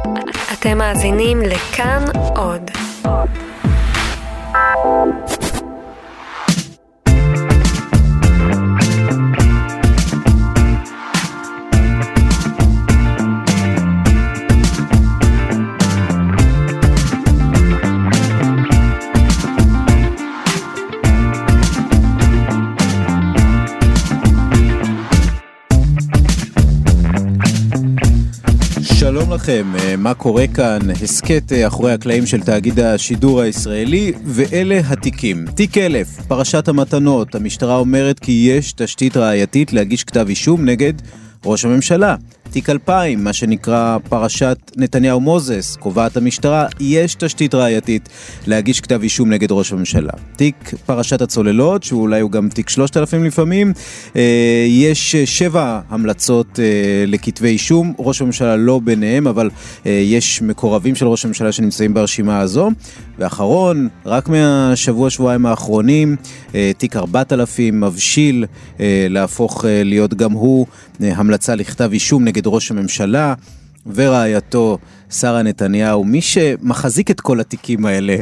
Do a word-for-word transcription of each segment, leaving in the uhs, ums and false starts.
אתם מאזינים לכאן עוד. שלום לכם, מה קורה כאן? הסקט אחורי הקלעים של תאגיד השידור הישראלי, ואלה התיקים. תיק אלף, פרשת המתנות. המשטרה אומרת כי יש תשתית ראייתית להגיש כתב אישום נגד ראש הממשלה. תיק אלפיים, מה שנקרא פרשת נתניהו מוזס, קובעת המשטרה, יש תשתית ראייתית להגיש כתב אישום נגד ראש הממשלה. תיק פרשת הצוללות, שאולי הוא גם תיק שלושת אלפים לפעמים, יש שבע המלצות לכתבי אישום, ראש הממשלה לא ביניהם, אבל יש מקורבים של ראש הממשלה שנמצאים ברשימה הזו. ואחרון, רק מהשבוע שבועיים האחרונים, תיק ארבעת אלפים מבשיל להפוך להיות גם הוא המלצה לכתב אישום נגד ראש הממשלה ורעייתו שרה נתניהו. מי שמחזיק את כל התיקים האלה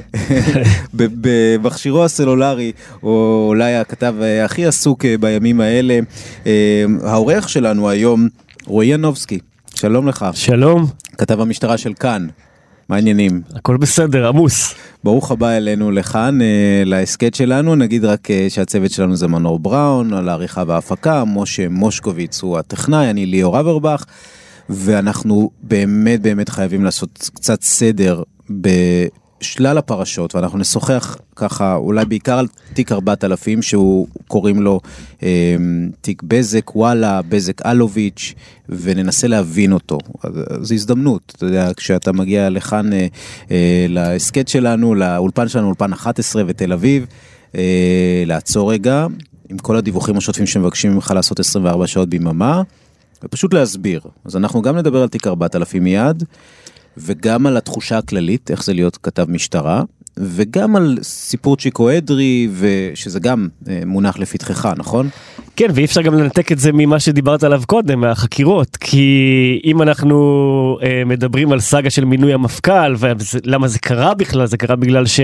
במכשירו הסלולרי, או אולי הכתב הכי עסוק בימים האלה, העורך שלנו היום רועי ינובסקי. שלום לך. שלום. כתב המשטרה של כאן. מה העניינים? הכל בסדר, עמוס. ברוך הבא אלינו לכאן, להסקט שלנו. נגיד רק שהצוות שלנו זה מנור בראון, על העריכה וההפקה, משה מושקוביץ הוא הטכנאי, אני ליאור אברבך, ואנחנו באמת באמת חייבים לעשות קצת סדר בשלל הפרשות, ואנחנו נשוחח ככה, אולי בעיקר על תיק ארבעת אלפים, שהוא קוראים לו אה, תיק בזק, וואלה, בזק אלוביץ', וננסה להבין אותו. זו הזדמנות, אתה יודע, כשאתה מגיע לכאן אה, אה, להסקט שלנו, לאולפן שלנו, אולפן אחת עשרה ותל אביב, אה, לעצור רגע, עם כל הדיווחים השוטפים שמבקשים ממך לעשות עשרים וארבע שעות ביממה, ופשוט להסביר. אז אנחנו גם נדבר על תיק ארבעת אלפים מיד, וגם על התחושה הכללית, איך זה להיות כתב משטרה, וגם על סיפור צ'יקו אדרי, ושזה גם מונח לפתחך, נכון? כן, ואי אפשר גם לנתק את זה ממה שדיברת עליו קודם, מהחקירות, כי אם אנחנו אה, מדברים על סאגה של מינוי המפכ"ל, ולמה זה קרה בכלל? זה קרה בגלל ש...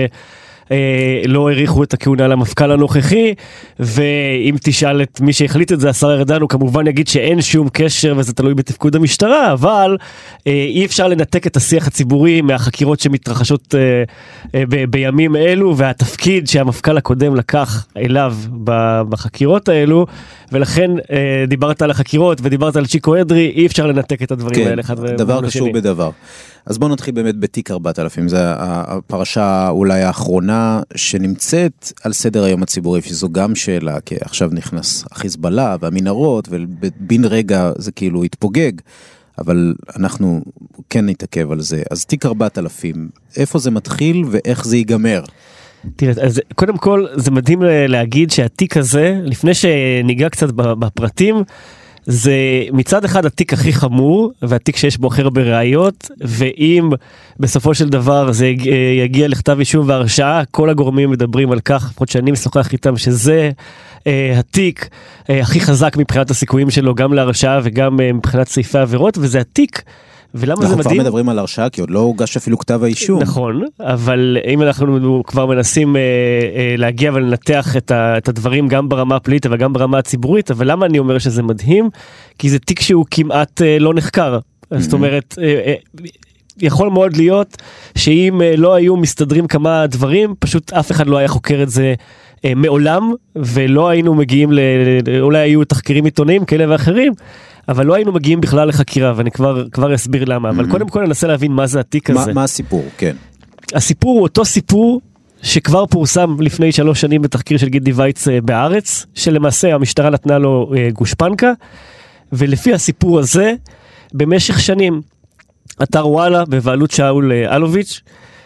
לא העריכו את הכהונה למפכ"ל הנוכחי, ואם תשאל את מי שהחליט את זה, השר ארדן, הוא כמובן יגיד שאין שום קשר וזה תלוי בתפקוד המשטרה, אבל אי אפשר לנתק את השיח הציבורי מהחקירות שמתרחשות ב- בימים אלו, והתפקיד שהמפכ"ל הקודם לקח אליו בחקירות האלו, ולכן דיברת על החקירות ודיברת על צ'יקו אדרי, אי אפשר לנתק את הדברים כן, האלה. דבר קשור בדבר. אז בואו נתחיל באמת בתיק ארבעת אלפים, זו הפרשה אולי האחרונה שנמצאת על סדר היום הציבורי, שזו גם שאלה, כי עכשיו נכנס החיזבאללה והמנהרות, ובין רגע זה כאילו התפוגג, אבל אנחנו כן נתעכב על זה. אז תיק ארבעת אלפים, איפה זה מתחיל ואיך זה ייגמר? תראה, אז קודם כל זה מדהים להגיד שהתיק הזה, לפני שניגע קצת בפרטים, זה מצד אחד התיק הכי חמור, והתיק שיש בו הכי הרבה ראיות, ואם בסופו של דבר זה יגיע לכתב אישום והרשעה, כל הגורמים מדברים על כך, לפחות שאני משוחח איתם, שזה אה, התיק אה, הכי חזק מבחינת הסיכויים שלו, גם להרשעה וגם אה, מבחינת סעיפי עבירות, וזה התיק, ולמה זה מדהים? אנחנו כבר מדברים על הרשעה, כי עוד לא הוגש אפילו כתב האישום. נכון, אבל אם אנחנו כבר מנסים אה, אה, להגיע ולנתח את, ה, את הדברים גם ברמה הפלילית וגם ברמה הציבורית, אבל למה אני אומר שזה מדהים? כי זה תיק שהוא כמעט אה, לא נחקר. Mm-hmm. זאת אומרת, אה, אה, יכול מאוד להיות שאם אה, לא היו מסתדרים כמה דברים, פשוט אף אחד לא היה חוקר את זה אה, מעולם, ולא היינו מגיעים, ל, אולי היו תחקירים עיתונאים כאלה ואחרים, אבל לא היינו מגיעים בכלל לחקירה, ואני כבר, כבר אסביר למה. אבל קודם כל ננסה להבין מה זה התיק הזה. מה הסיפור? כן. הסיפור הוא אותו סיפור שכבר פורסם לפני שלוש שנים בתחקיר של גידי וייץ בארץ, שלמעשה המשטרה נתנה לו גושפנקה, ולפי הסיפור הזה, במשך שנים, אתר וואלה בבעלות שאול אלוביץ',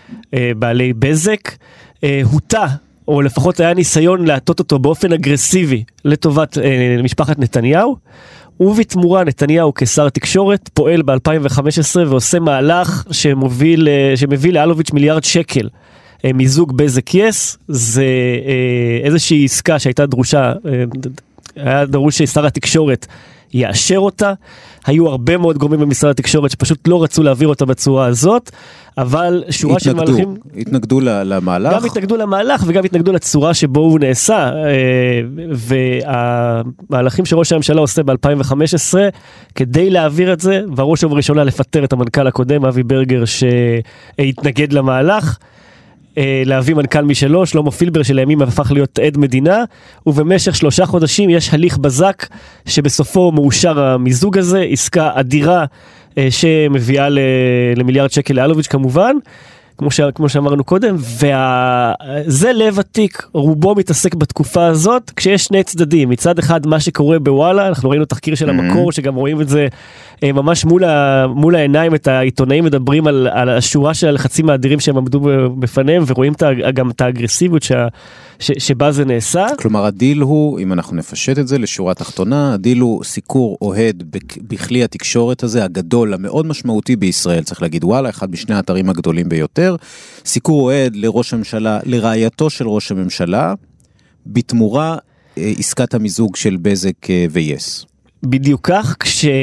בעלי בזק, הוטה, או לפחות היה ניסיון להטות אותו באופן אגרסיבי לטובת משפחת נתניהו, ובתמורה נתניהו כשר תקשורת פועל ב-אלפיים וחמש עשרה ועושה מהלך שמוביל, שמביא לאלוביץ' מיליארד שקל מיזוג בזק יס. זה איזושהי עסקה שהייתה דרושה, היה דרוש ששר התקשורת יאשר אותה. היו הרבה מאוד גורמים במשרד התקשורת שפשוט לא רצו להעביר אותה בצורה הזאת, אבל שורה של מהלכים... התנגדו למהלך? גם התנגדו למהלך וגם התנגדו לצורה שבו הוא נעשה, והמהלכים שראש הממשלה עושה ב-אלפיים וחמש עשרה, כדי להעביר את זה, והראש ובראשונה לפטר את המנכ"ל הקודם, אבי ברגר, שהתנגד למהלך, להביא מנכ"ל משלו, שלמה פילבר שלימים הפך להיות עד מדינה, ובמשך שלושה חודשים יש הליך בזק שבסופו מאושר המיזוג הזה, עסקה אדירה שמביאה למיליארד שקל לאלוביץ' כמובן, כמו, ש... כמו שאמרנו קודם, וזה לב התיק, רובו מתעסק בתקופה הזאת, כשיש שני צדדים, מצד אחד מה שקורה בוואלה, אנחנו ראינו תחקיר של המקור, שגם רואים את זה ממש מול, ה... מול העיניים, את העיתונאים מדברים על, על השורה של הלחצים האדירים שהם עמדו בפניהם, ורואים את, גם את האגרסיביות שה... ש... שבה זה נעשה. כלומר, הדיל הוא, אם אנחנו נפשט את זה לשורה תחתונה, הדיל הוא סיקור אוהד בכלי התקשורת הזה, הגדול, המאוד משמעותי בישראל, צריך להגיד וואלה, אחד משני האתרים הגדולים ביותר, סיקור אוהד לראש הממשלה, לרעייתו של ראש הממשלה, בתמורה עסקת המיזוג של בזק ויס. בדיוק כך,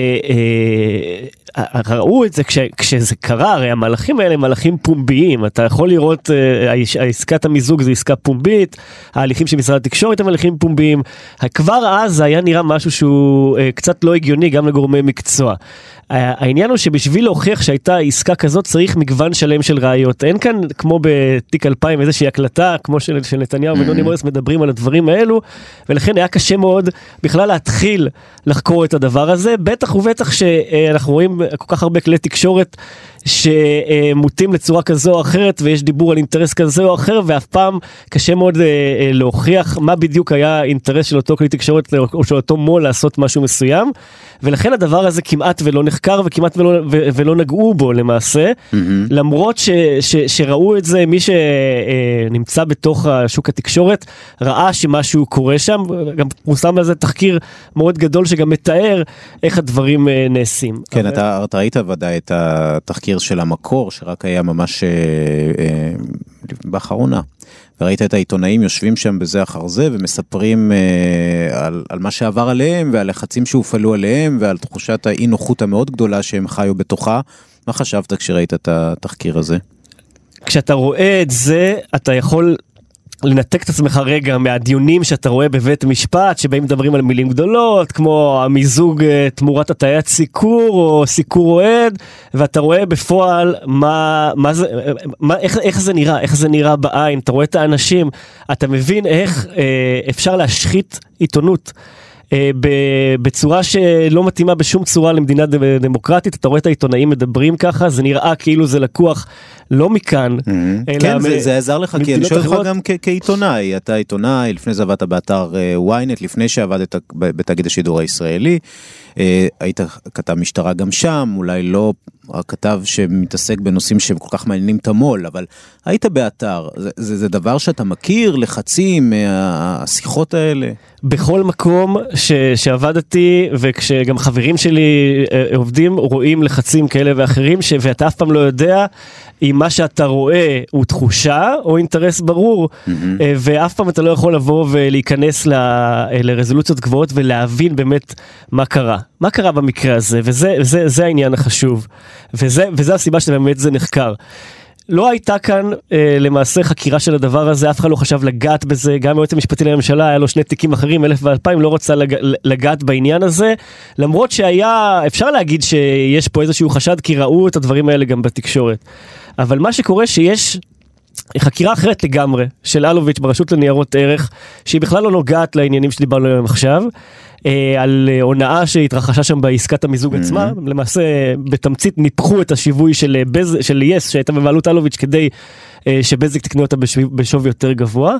כשראו את זה, כש, כשזה קרה, הרי המהלכים האלה הם מהלכים פומביים, אתה יכול לראות, עסקת המיזוג זה עסקה פומבית, ההליכים של משרד התקשורת הם הליכים פומביים, כבר אז היה נראה משהו שהוא קצת לא הגיוני גם לגורמי מקצוע. העניין הוא שבשביל להוכיח שהייתה עסקה כזאת צריך מגוון שלם של ראיות. אין כאן כמו בתיק אלפיים איזושהי הקלטה, כמו של, של נתניהו ונוני מוריס מדברים על הדברים האלו, ולכן היה קשה מאוד בכלל להתחיל לחקור את הדבר הזה, בטח ובטח שאנחנו רואים כל כך הרבה כלי תקשורת שמוטים לצורה כזו או אחרת, ויש דיבור על אינטרס כזה או אחר, ואף פעם קשה מאוד להוכיח מה בדיוק היה אינטרס של אותו כלי תקשורת, או של אותו מול לעשות משהו מסוים, ולכן הדבר הזה כמעט ולא נחקר, וכמעט ולא, ולא נגעו בו למעשה, mm-hmm. למרות ש, ש, שראו את זה, מי שנמצא בתוך השוק התקשורת, ראה שמשהו קורה שם, גם פורסם לזה תחקיר מאוד גדול, שגם מתאר איך הדברים נעשים. כן, אבל... אתה, אתה ראית ודאי את התחקיר של המקור, שרק היה ממש אה, אה, באחרונה, וראית את העיתונאים יושבים שם בזה אחר זה, ומספרים אה, על, על מה שעבר עליהם, ועל לחצים שהופעלו עליהם, ועל תחושת האי נוחות המאוד גדולה שהם חיו בתוכה. מה חשבת כשראית את התחקיר הזה? כשאתה רואה את זה, אתה יכול לנתק את עצמך רגע מהדיונים שאתה רואה בבית משפט, שבאים מדברים על מילים גדולות, כמו המיזוג תמורת הטיית סיקור, או סיקור אוהד, ואתה רואה בפועל מה, מה זה, מה, איך, איך זה נראה, איך זה נראה בעין, אתה רואה את האנשים, אתה מבין איך אה, אפשר להשחית עיתונות, בצורה שלא מתאימה בשום צורה למדינה דמוקרטית. אתה רואה את העיתונאים מדברים ככה, זה נראה כאילו זה לקוח לא מכאן. כן, זה עזר לך, כי אני שואל לך גם כעיתונאי, אתה עיתונאי, לפני זה עבדת באתר וויינט, לפני שעבדת בתאגיד השידור הישראלי, היית כתב משטרה גם שם, אולי לא הכתב שמתעסק בנושאים שהם כל כך מעניינים את המול, אבל היית באתר, זה, זה, זה דבר שאתה מכיר, לחצים, השיחות האלה? בכל מקום ש, שעבדתי, וכשגם חברים שלי עובדים, רואים לחצים כאלה ואחרים, ש, ואתה אף פעם לא יודע אם מה שאתה רואה הוא תחושה או אינטרס ברור, mm-hmm. ואף פעם אתה לא יכול לבוא ולהיכנס ל, לרזולוציות גבוהות ולהבין באמת מה קרה. מה קרה במקרה הזה, וזה זה, זה העניין החשוב, וזה, וזה הסיבה שבאמת זה נחקר. לא הייתה כאן אה, למעשה חקירה של הדבר הזה, אף אחד לא חשב לגעת בזה, גם היועץ המשפטי לממשלה היה לו שני תיקים אחרים, אלף ואלפיים, לא רצה לג, לגעת בעניין הזה, למרות שהיה, אפשר להגיד שיש פה איזשהו חשד, כי ראו את הדברים האלה גם בתקשורת. אבל מה שקורה שיש חקירה אחרת לגמרי, של אלוביץ' ברשות לניירות ערך, שהיא בכלל לא נוגעת לעניינים שדיברנו עליהם עכשיו, על הונאה שהתרחשה שם בעסקת המיזוג עצמה, למעשה בתמצית ניפחו את השיווי של בז, של יס שהייתה בבעלות אלוביץ' כדי שבזק תקנו אותה בשווי יותר גבוה,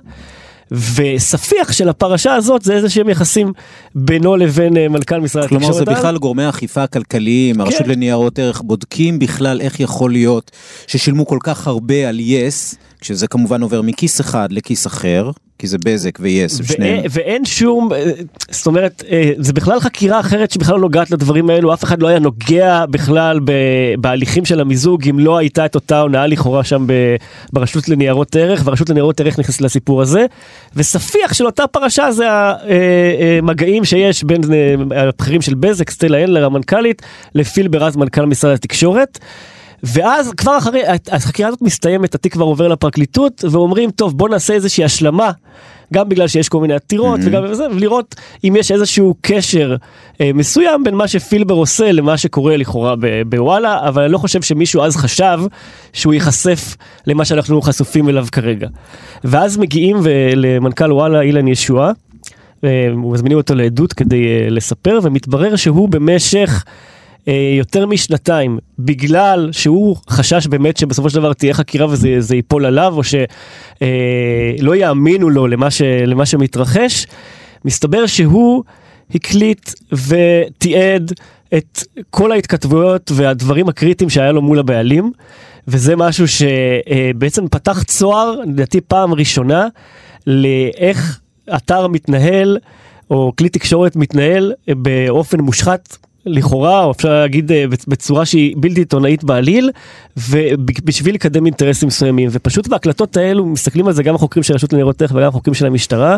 וספיח של הפרשה הזאת זה איזה שהם יחסים בינו לבין מנכ"ל משרד התקשורת. כלומר זה בכלל גורמי האכיפה הכלכליים, הרשות לניירות ערך בודקים בכלל איך יכול להיות ששילמו כל כך הרבה על יס, כשזה כמובן עובר מכיס אחד לכיס אחר, כי זה בזק ויס, שניהם. ואין שום, זאת אומרת, זה בכלל חקירה אחרת שבכלל לא נוגעת לדברים האלו, אף אחד לא היה נוגע בכלל בהליכים של המיזוג, אם לא הייתה את אותה הונאה לכאורה שם ברשות לניירות ערך, והרשות לניירות ערך נכנסת לסיפור הזה, וספיח של אותה פרשה זה המגעים שיש בין הבחירים של בזק, סטלה הנדלר המנכ"לית, לפילבר אז מנכ"ל משרד התקשורת, ואז כבר אחרי, החקירה הזאת מסתיימת, התיק כבר עובר לפרקליטות, ואומרים, טוב, בוא נעשה איזושהי השלמה, גם בגלל שיש כל מיני עתירות, וגם בזה, ולראות אם יש איזשהו קשר אה, מסוים, בין מה שפילבר עושה, למה שקורה לכאורה בוואלה, אבל אני לא חושב שמישהו אז חשב, שהוא ייחשף למה שאנחנו חשופים אליו כרגע. ואז מגיעים למנכ"ל וואלה, אילן ישועה, ומזמינים אותו לעדות כדי אה, לספר, ומתברר שהוא במשך, יותר משנתיים, בגלל שהוא חשש באמת שבסופו של דבר תהיה חקירה וזה זה ייפול עליו, או שלא יאמינו לו למה, ש, למה שמתרחש, מסתבר שהוא הקליט ותיעד את כל ההתכתבויות והדברים הקריטיים שהיה לו מול הבעלים, וזה משהו שבעצם פתח צוהר, לדעתי פעם ראשונה, לאיך אתר מתנהל, או כלי תקשורת מתנהל באופן מושחת, לכאורה, או אפשר להגיד בצורה שהיא בלתי עיתונאית בעליל, ובשביל לקדם אינטרסים מסוימים. ופשוט בהקלטות האלו, מסתכלים על זה גם החוקרים של רשות לניירות ערך וגם החוקרים של המשטרה,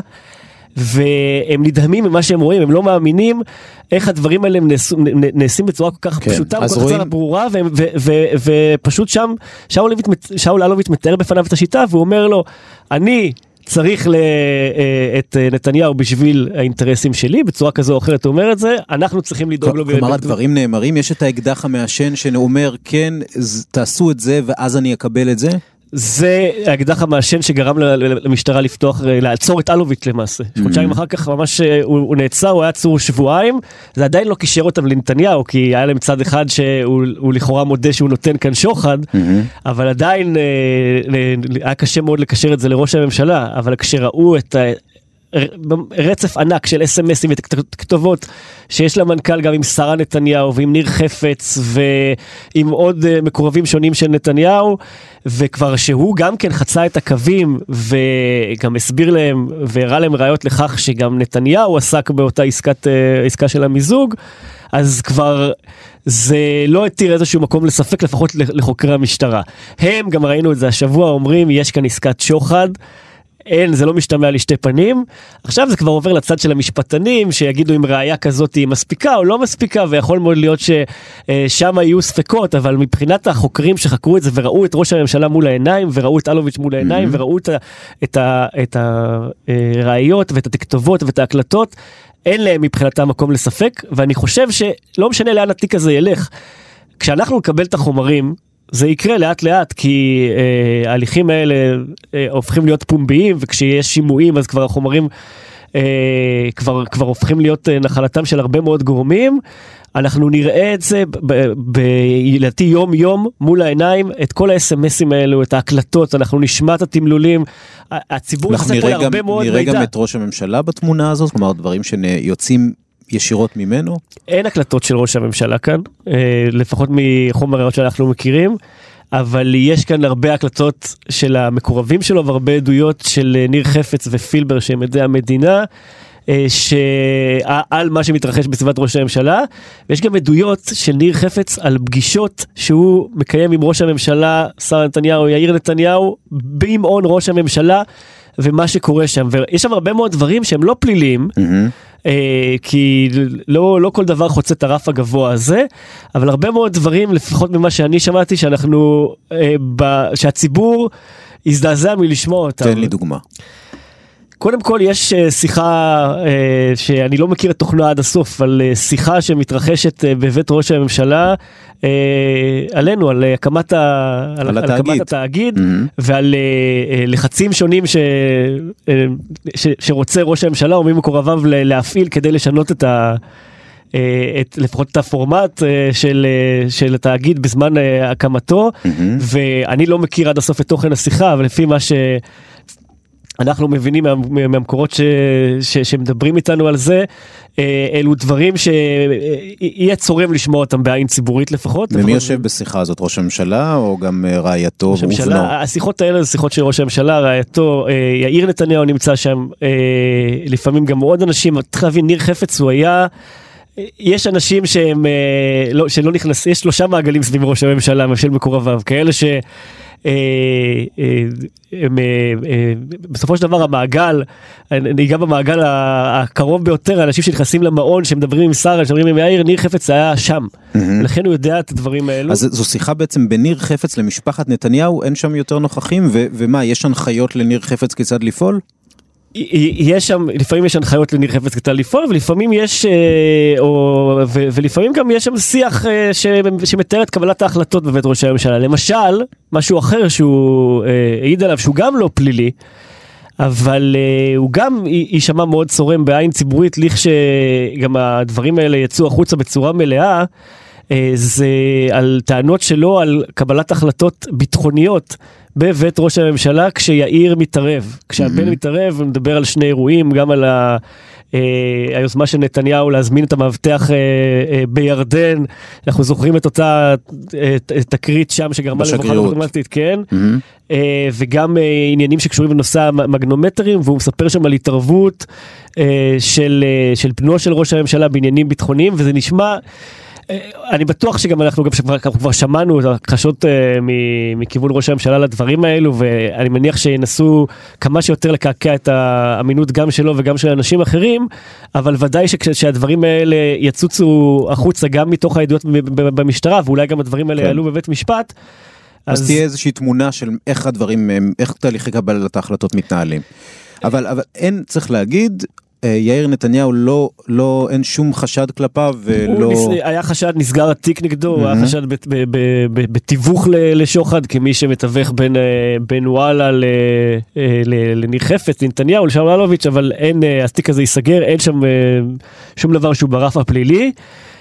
והם נדהמים ממה שהם רואים, הם לא מאמינים איך הדברים האלה נעשים בצורה כל כך פשוטה, כל כך צרה ברורה, ופשוט שם, שאול אלוביץ' מתאר בפניו את השיטה, והוא אומר לו, אני צריך את נתניהו בשביל האינטרסים שלי, בצורה כזו או אחרת הוא אומר את זה, אנחנו צריכים לדאוג לו. כלומר, הדברים נאמרים, יש את האקדח המעשן שאומר, כן, תעשו את זה, ואז אני אקבל את זה? זה האקדח המעשן שגרם למשטרה לפתוח, לעצור את אלוביץ' למעשה. חודשיים אחר כך ממש הוא נעצר, הוא היה עצור שבועיים, זה עדיין לא קישר אותם לנתניהו, כי היה להם צד אחד שהוא לכאורה מודה שהוא נותן כאן שוחד, אבל עדיין היה קשה מאוד לקשר את זה לראש הממשלה, אבל כשראו את רצף ענק של אס אם אסים וכתובות שיש למנכ"ל גם עם שרה נתניהו ועם ניר חפץ ועם עוד מקורבים שונים של נתניהו, וכבר שהוא גם כן חצה את הקווים וגם הסביר להם והראה להם ראיות לכך שגם נתניהו עסק באותה עסקת, עסקה של המיזוג, אז כבר זה לא התיר איזשהו מקום לספק לפחות לחוקרי המשטרה. הם, גם ראינו את זה השבוע, אומרים יש כאן עסקת שוחד, אין, זה לא משתמע לשתי פנים. עכשיו זה כבר עובר לצד של המשפטנים, שיגידו אם ראייה כזאת היא מספיקה או לא מספיקה, ויכול מאוד להיות ששם יהיו ספקות, אבל מבחינת החוקרים שחקרו את זה, וראו את ראש הממשלה מול העיניים, וראו את אלוביץ' מול העיניים, mm-hmm. וראו את הראיות, ואת התכתובות, ואת ההקלטות, אין להם מבחינתם מקום לספק, ואני חושב שלא משנה לאן התיק הזה ילך, כשאנחנו נקבל את החומרים, זה יקרה לאט לאט, כי אה, ההליכים האלה אה, הופכים להיות פומביים, וכשיש שימועים, אז כבר החומרים אה, כבר, כבר הופכים להיות אה, נחלתם של הרבה מאוד גורמים. אנחנו נראה את זה בילתי יום יום מול העיניים, את כל ה-אס אם אסים האלו, את ההקלטות, אנחנו נשמע את התמלולים, הציבור יחשף פה הרבה מאוד מידע. נראה גם את ראש הממשלה בתמונה הזאת, כלומר דברים שיוצאים ישירות ממנו? אין הקלטות של ראש הממשלה כאן, לפחות מחומר הראיות שאנחנו מכירים, אבל יש כאן הרבה הקלטות של המקורבים שלו, והרבה עדויות של ניר חפץ ופילבר, שהם עדי המדינה, שעל מה שמתרחש בסביבת ראש הממשלה, ויש גם עדויות של ניר חפץ על פגישות שהוא מקיים עם ראש הממשלה, שר נתניהו, יאיר נתניהו, באימון ראש הממשלה, ומה שקורה שם, ויש שם הרבה מאוד דברים שהם לא פליליים, כי לא, לא כל דבר חוצה את הרף הגבוה הזה, אבל הרבה מאוד דברים, לפחות ממה שאני שמעתי, שאנחנו, שהציבור הזדעזע מלשמוע אותם. תן לי דוגמה. קודם כל יש שיחה שאני לא מכיר את תוכנה עד הסוף, על שיחה שמתרחשת בבית ראש הממשלה עלינו, על הקמת, על על הקמת התאגיד, mm-hmm. ועל לחצים שונים ש, ש, שרוצה ראש הממשלה או מי מקורביו להפעיל כדי לשנות את ה... את, לפחות את הפורמט של, של התאגיד בזמן הקמתו, mm-hmm. ואני לא מכיר עד הסוף את תוכן השיחה, אבל לפי מה ש... אנחנו מבינים מה, מהמקורות ש, ש, שמדברים איתנו על זה, אלו דברים שיהיה צורם לשמוע אותם בעין ציבורית לפחות. ומי לפחות... יושב בשיחה הזאת, ראש הממשלה או גם רעייתו ובנו? השיחות האלה זה שיחות של ראש הממשלה, רעייתו, יאיר נתניהו נמצא שם, לפעמים גם עוד אנשים, צריך להבין, ניר חפץ הוא היה... יש אנשים שהם, לא, שלא נכנס, יש שלושה מעגלים סביב ראש הממשלה של מקורביו, כאלה ש... בסופו של דבר המעגל, ניגע במעגל הקרוב ביותר, האנשים שנכנסים למעון, שמדברים עם שרה, שמדברים עם יאיר, ניר חפץ היה שם, לכן הוא יודע את הדברים האלו. אז זו שיחה בעצם בניר חפץ למשפחת נתניהו, אין שם יותר נוכחים, ומה, יש הנחיות לניר חפץ כיצד לפעול? יש שם, לפעמים יש הנחיות לניר חפץ כיצד לפעול, ולפעמים יש, או, ו, ולפעמים גם יש שם שיח ש, שמתאר את קבלת ההחלטות בבית ראש הממשלה. למשל, משהו אחר שהוא העיד עליו, שהוא גם לא פלילי, אבל הוא גם יישמע מאוד צורם בעין ציבורית, לכשגם הדברים האלה יצאו החוצה בצורה מלאה, זה על טענות שלו על קבלת החלטות ביטחוניות בבית ראש הממשלה כשיאיר מתערב. כשהבן מתערב, הוא מדבר על שני אירועים, גם על ה, אה, היוזמה של נתניהו להזמין את המאבטח אה, אה, בירדן, אנחנו זוכרים את אותה את, את תקרית שם שגרמה לבוכה דרמטית, כן? Mm-hmm. אה, וגם אה, עניינים שקשורים בנושא המגנומטרים, והוא מספר שם על התערבות אה, של, אה, של בנו של ראש הממשלה בעניינים ביטחוניים, וזה נשמע... אני בטוח שגם אנחנו גם שכבר, כבר שמענו את החשות מכיוון ראש הממשלה לדברים האלו, ואני מניח שינסו כמה שיותר לקעקע את האמינות גם שלו וגם של אנשים אחרים, אבל ודאי שהדברים האלה יצוצו החוצה גם מתוך העדויות במשטרה, ואולי גם הדברים האלה יעלו בבית משפט. אז תהיה איזושהי תמונה של איך הדברים, איך תהליכי קבלת ההחלטות מתנהלים. אבל, אבל אין, צריך להגיד, יאיר נתניהו לא, לא, אין שום חשד כלפיו ולא... נס... היה חשד, נסגר התיק נגדו, mm-hmm. היה חשד בתיווך לשוחד, כמי שמתווך בין, בין וואלה ל, ל, לניר חפץ, לנתניהו, לשם אלוביץ', אבל אין, התיק הזה ייסגר, אין שם שום דבר שהוא ברף הפלילי.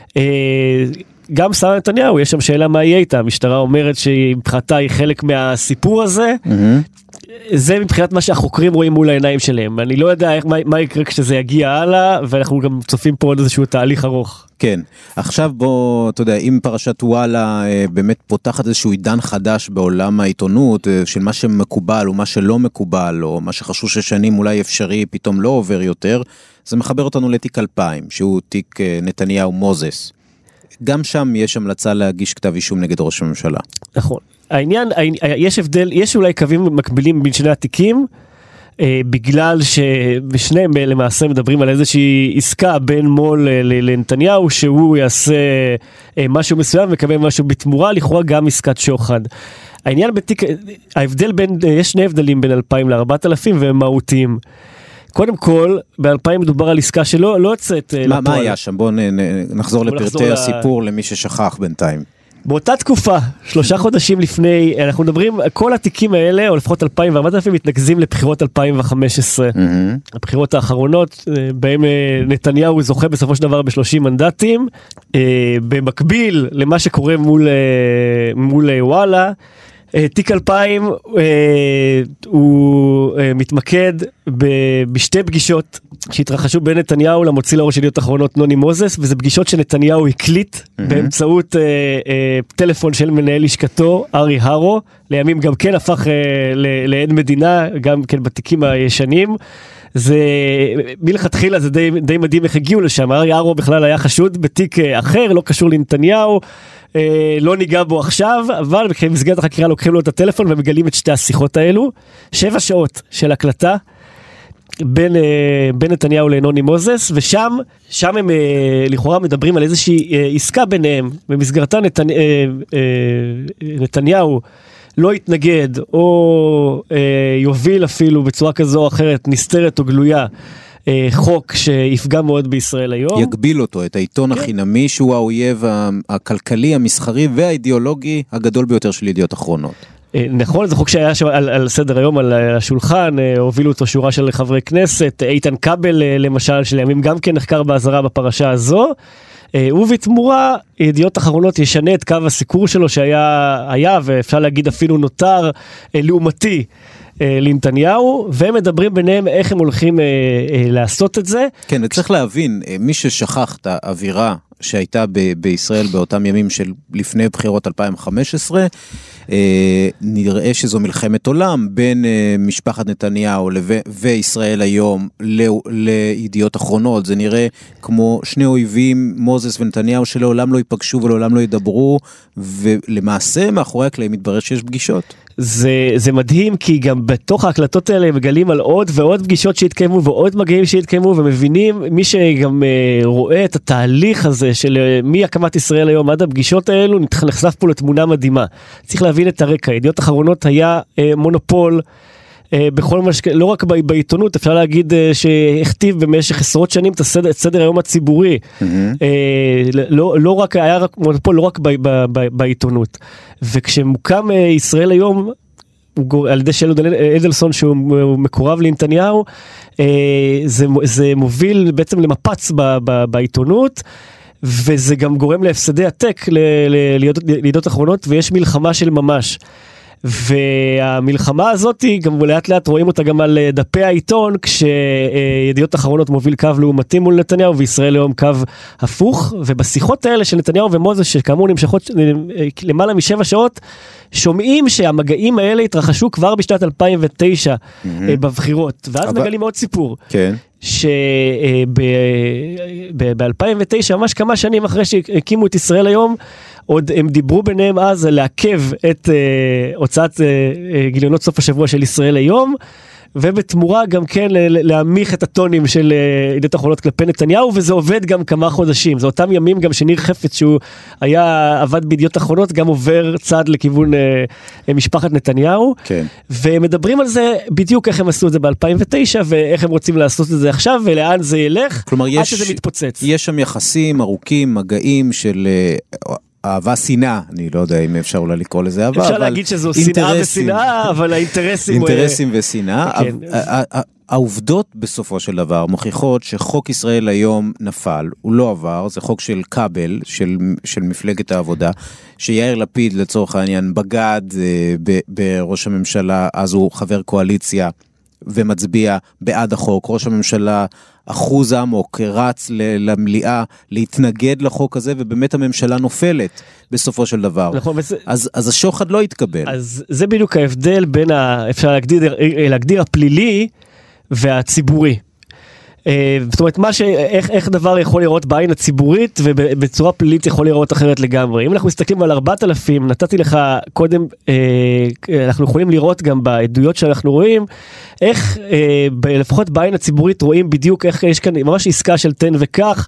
גם שר נתניהו, יש שם שאלה מה יהיה איתה, המשטרה אומרת שמבחינתה היא חלק מהסיפור הזה, mm-hmm. זה מבחינת מה שהחוקרים רואים מול העיניים שלהם. אני לא יודע איך, מה, מה יקרה כשזה יגיע הלאה, ואנחנו גם צופים פה עוד איזשהו תהליך ארוך. כן, עכשיו בוא, אתה יודע, אם פרשת וואלה באמת פותחת איזשהו עידן חדש בעולם העיתונות, של מה שמקובל או מה שלא מקובל, או מה שחשוב ששנים אולי אפשרי, פתאום לא עובר יותר, זה מחבר אותנו לתיק אלפיים, שהוא תיק נתניהו מוזס. גם שם יש המלצה להגיש כתב אישום נגד ראש הממשלה. נכון. העניין, יש הבדל, יש אולי קווים מקבילים בין שני התיקים, אה, בגלל שבשניהם למעשה מדברים על איזושהי עסקה בין מול לנתניהו, שהוא יעשה אה, משהו מסוים וקבל משהו בתמורה, לכאורה גם עסקת שוחד. העניין בתיק, ההבדל בין, יש שני הבדלים בין אלפיים לארבעת אלפים והם מהותיים. קודם כל, ב-אלפיים מדובר על עסקה שלא לא יוצאת לפועל. מה היה שם? בואו נחזור לפרטי הסיפור למי ששכח בינתיים. באותה תקופה, שלושה חודשים לפני, אנחנו מדברים, כל התיקים האלה, או לפחות אלפיים וארבעת אלפים, מתנקזים לבחירות אלפיים וחמש עשרה. Mm-hmm. הבחירות האחרונות, בהם נתניהו זוכה בסופו של דבר ב-שלושים מנדטים, במקביל למה שקורה מול, מול וואלה, תיק אלפיים הוא מתמקד בשתי פגישות שהתרחשו בין נתניהו למוציא לאור של ידיעות אחרונות נוני מוזס, וזה פגישות שנתניהו הקליט באמצעות טלפון של מנהל לשכתו ארי הרו, לימים גם כן הפך לעד מדינה, גם כן בתיקים הישנים. זה מלכתחילה זה די, די מדהים איך הגיעו לשם. ארי הרו בכלל היה חשוד בתיק אחר, לא קשור לנתניהו, אה, לא ניגע בו עכשיו, אבל במסגרת החקירה לוקחים לו את הטלפון ומגלים את שתי השיחות האלו. שבע שעות של הקלטה בין, אה, בין נתניהו לנוני מוזס, ושם שם הם אה, לכאורה מדברים על איזושהי אה, עסקה ביניהם, במסגרתה נתנ... אה, אה, נתניהו לא יתנגד או אה, יוביל אפילו בצורה כזו או אחרת, נסתרת או גלויה, אה, חוק שיפגע מאוד בישראל היום. יגביל אותו, את העיתון כן. החינמי, שהוא האויב הכלכלי, המסחרי והאידיאולוגי הגדול ביותר של ידיעות אחרונות. אה, נכון, זה חוק שהיה שם על, על סדר היום, על השולחן, אה, הובילו אותו שורה של חברי כנסת, איתן קבל אה, למשל, שלימים גם כן נחקר בהזרה בפרשה הזו, ובתמורה, ידיעות אחרונות ישנה את קו הסיקור שלו שהיה, היה, ואפשר להגיד אפילו נותר, לעומתי, לנתניהו, והם מדברים ביניהם איך הם הולכים לעשות את זה. כן, צריך להבין, מי ששכח את האווירה שהייתה ב- בישראל באותם ימים של לפני בחירות אלפיים וחמש עשרה, אה, נראה שזו מלחמת עולם בין אה, משפחת נתניהו לב- וישראל היום ל- לידיעות אחרונות, זה נראה כמו שני אויבים, מוזס ונתניהו, שלעולם לא ייפגשו ולעולם לא ידברו, ולמעשה מאחורי הקלעים מתברר שיש פגישות. זה, זה מדהים, כי גם בתוך ההקלטות האלה מגלים על עוד ועוד פגישות שהתקיימו ועוד מגעים שהתקיימו, ומבינים, מי שגם uh, רואה את התהליך הזה של uh, מי הקמת ישראל היום עד הפגישות האלו, נחשף פה לתמונה מדהימה. צריך להבין את הרקע. ידיעות אחרונות היה uh, מונופול, uh, בכל מה ש... לא רק ב- בעיתונות, אפשר להגיד uh, שהכתיב במשך עשרות שנים את הסדר, את סדר היום הציבורי. Mm-hmm. Uh, לא, לא רק, היה רק מונופול לא רק ב- ב- ב- בעיתונות. וכשמוקם uh, ישראל היום, על ידי שלום אדלסון שהוא מקורב לנתניהו, זה, זה מוביל בעצם למפץ ב, ב, בעיתונות, וזה גם גורם להפסדי עתק לידיעות אחרונות, ויש מלחמה של ממש. והמלחמה הזאת, גם לאט לאט רואים אותה גם על דפי העיתון, כשידיעות אחרונות מוביל קו לעומתי מול נתניהו, וישראל היום קו הפוך, ובשיחות האלה של נתניהו ומוזס, שכאמור נמשכות למעלה משבע שעות, שומעים שהמגעים האלה התרחשו כבר בשנת אלפיים ותשע mm-hmm. בבחירות, ואז אבל... מגלים עוד סיפור. כן. שב-אלפיים ותשע, ממש כמה שנים אחרי שהקימו את ישראל היום, עוד הם דיברו ביניהם אז לעכב את uh, הוצאת uh, uh, גיליונות סוף השבוע של ישראל היום, ובתמורה גם כן להמיך את הטונים של ידיעות אחרונות כלפי נתניהו, וזה עובד גם כמה חודשים. זה אותם ימים גם שניר חפץ, שהוא היה עבד בידיעות אחרונות, גם עובר צעד לכיוון אה, משפחת נתניהו, כן. ומדברים על זה בדיוק איך הם עשו את זה ב-אלפיים ותשע, ואיך הם רוצים לעשות את זה עכשיו, ולאן זה ילך, כלומר, עד יש, שזה מתפוצץ. יש שם יחסים ארוכים, מגעים של... אהבה שנאה, אני לא יודע אם אפשר אולי לקרוא לזה אהבה, אפשר להגיד שזו שנאה ושנאה, אבל האינטרסים... אינטרסים ושנאה. העובדות בסופו של דבר מוכיחות שחוק ישראל היום נפל, הוא לא עבר, זה חוק של קבל, של מפלגת העבודה, שיאיר לפיד לצורך העניין בגד בראש הממשלה, אז הוא חבר קואליציה, ומצביע בעד החוק. ראש הממשלה אחוז עמוק רץ למליאה להתנגד לחוק הזה, ובאמת הממשלה נופלת בסופו של דבר. נכון, וזה... אז, אז השוחד לא יתקבל. אז זה בדיוק ההבדל בין, ה... אפשר להגדיר, להגדיר הפלילי והציבורי. זאת אומרת, מה ש... איך, איך דבר יכול לראות בעין הציבורית, ובצורה פלילית יכול לראות אחרת לגמרי. אם אנחנו מסתכלים על ארבעת אלפים, נתתי לך קודם, אנחנו יכולים לראות גם בעדויות שאנחנו רואים, איך לפחות בעין הציבורית רואים בדיוק איך יש כאן ממש עסקה של תן וכך,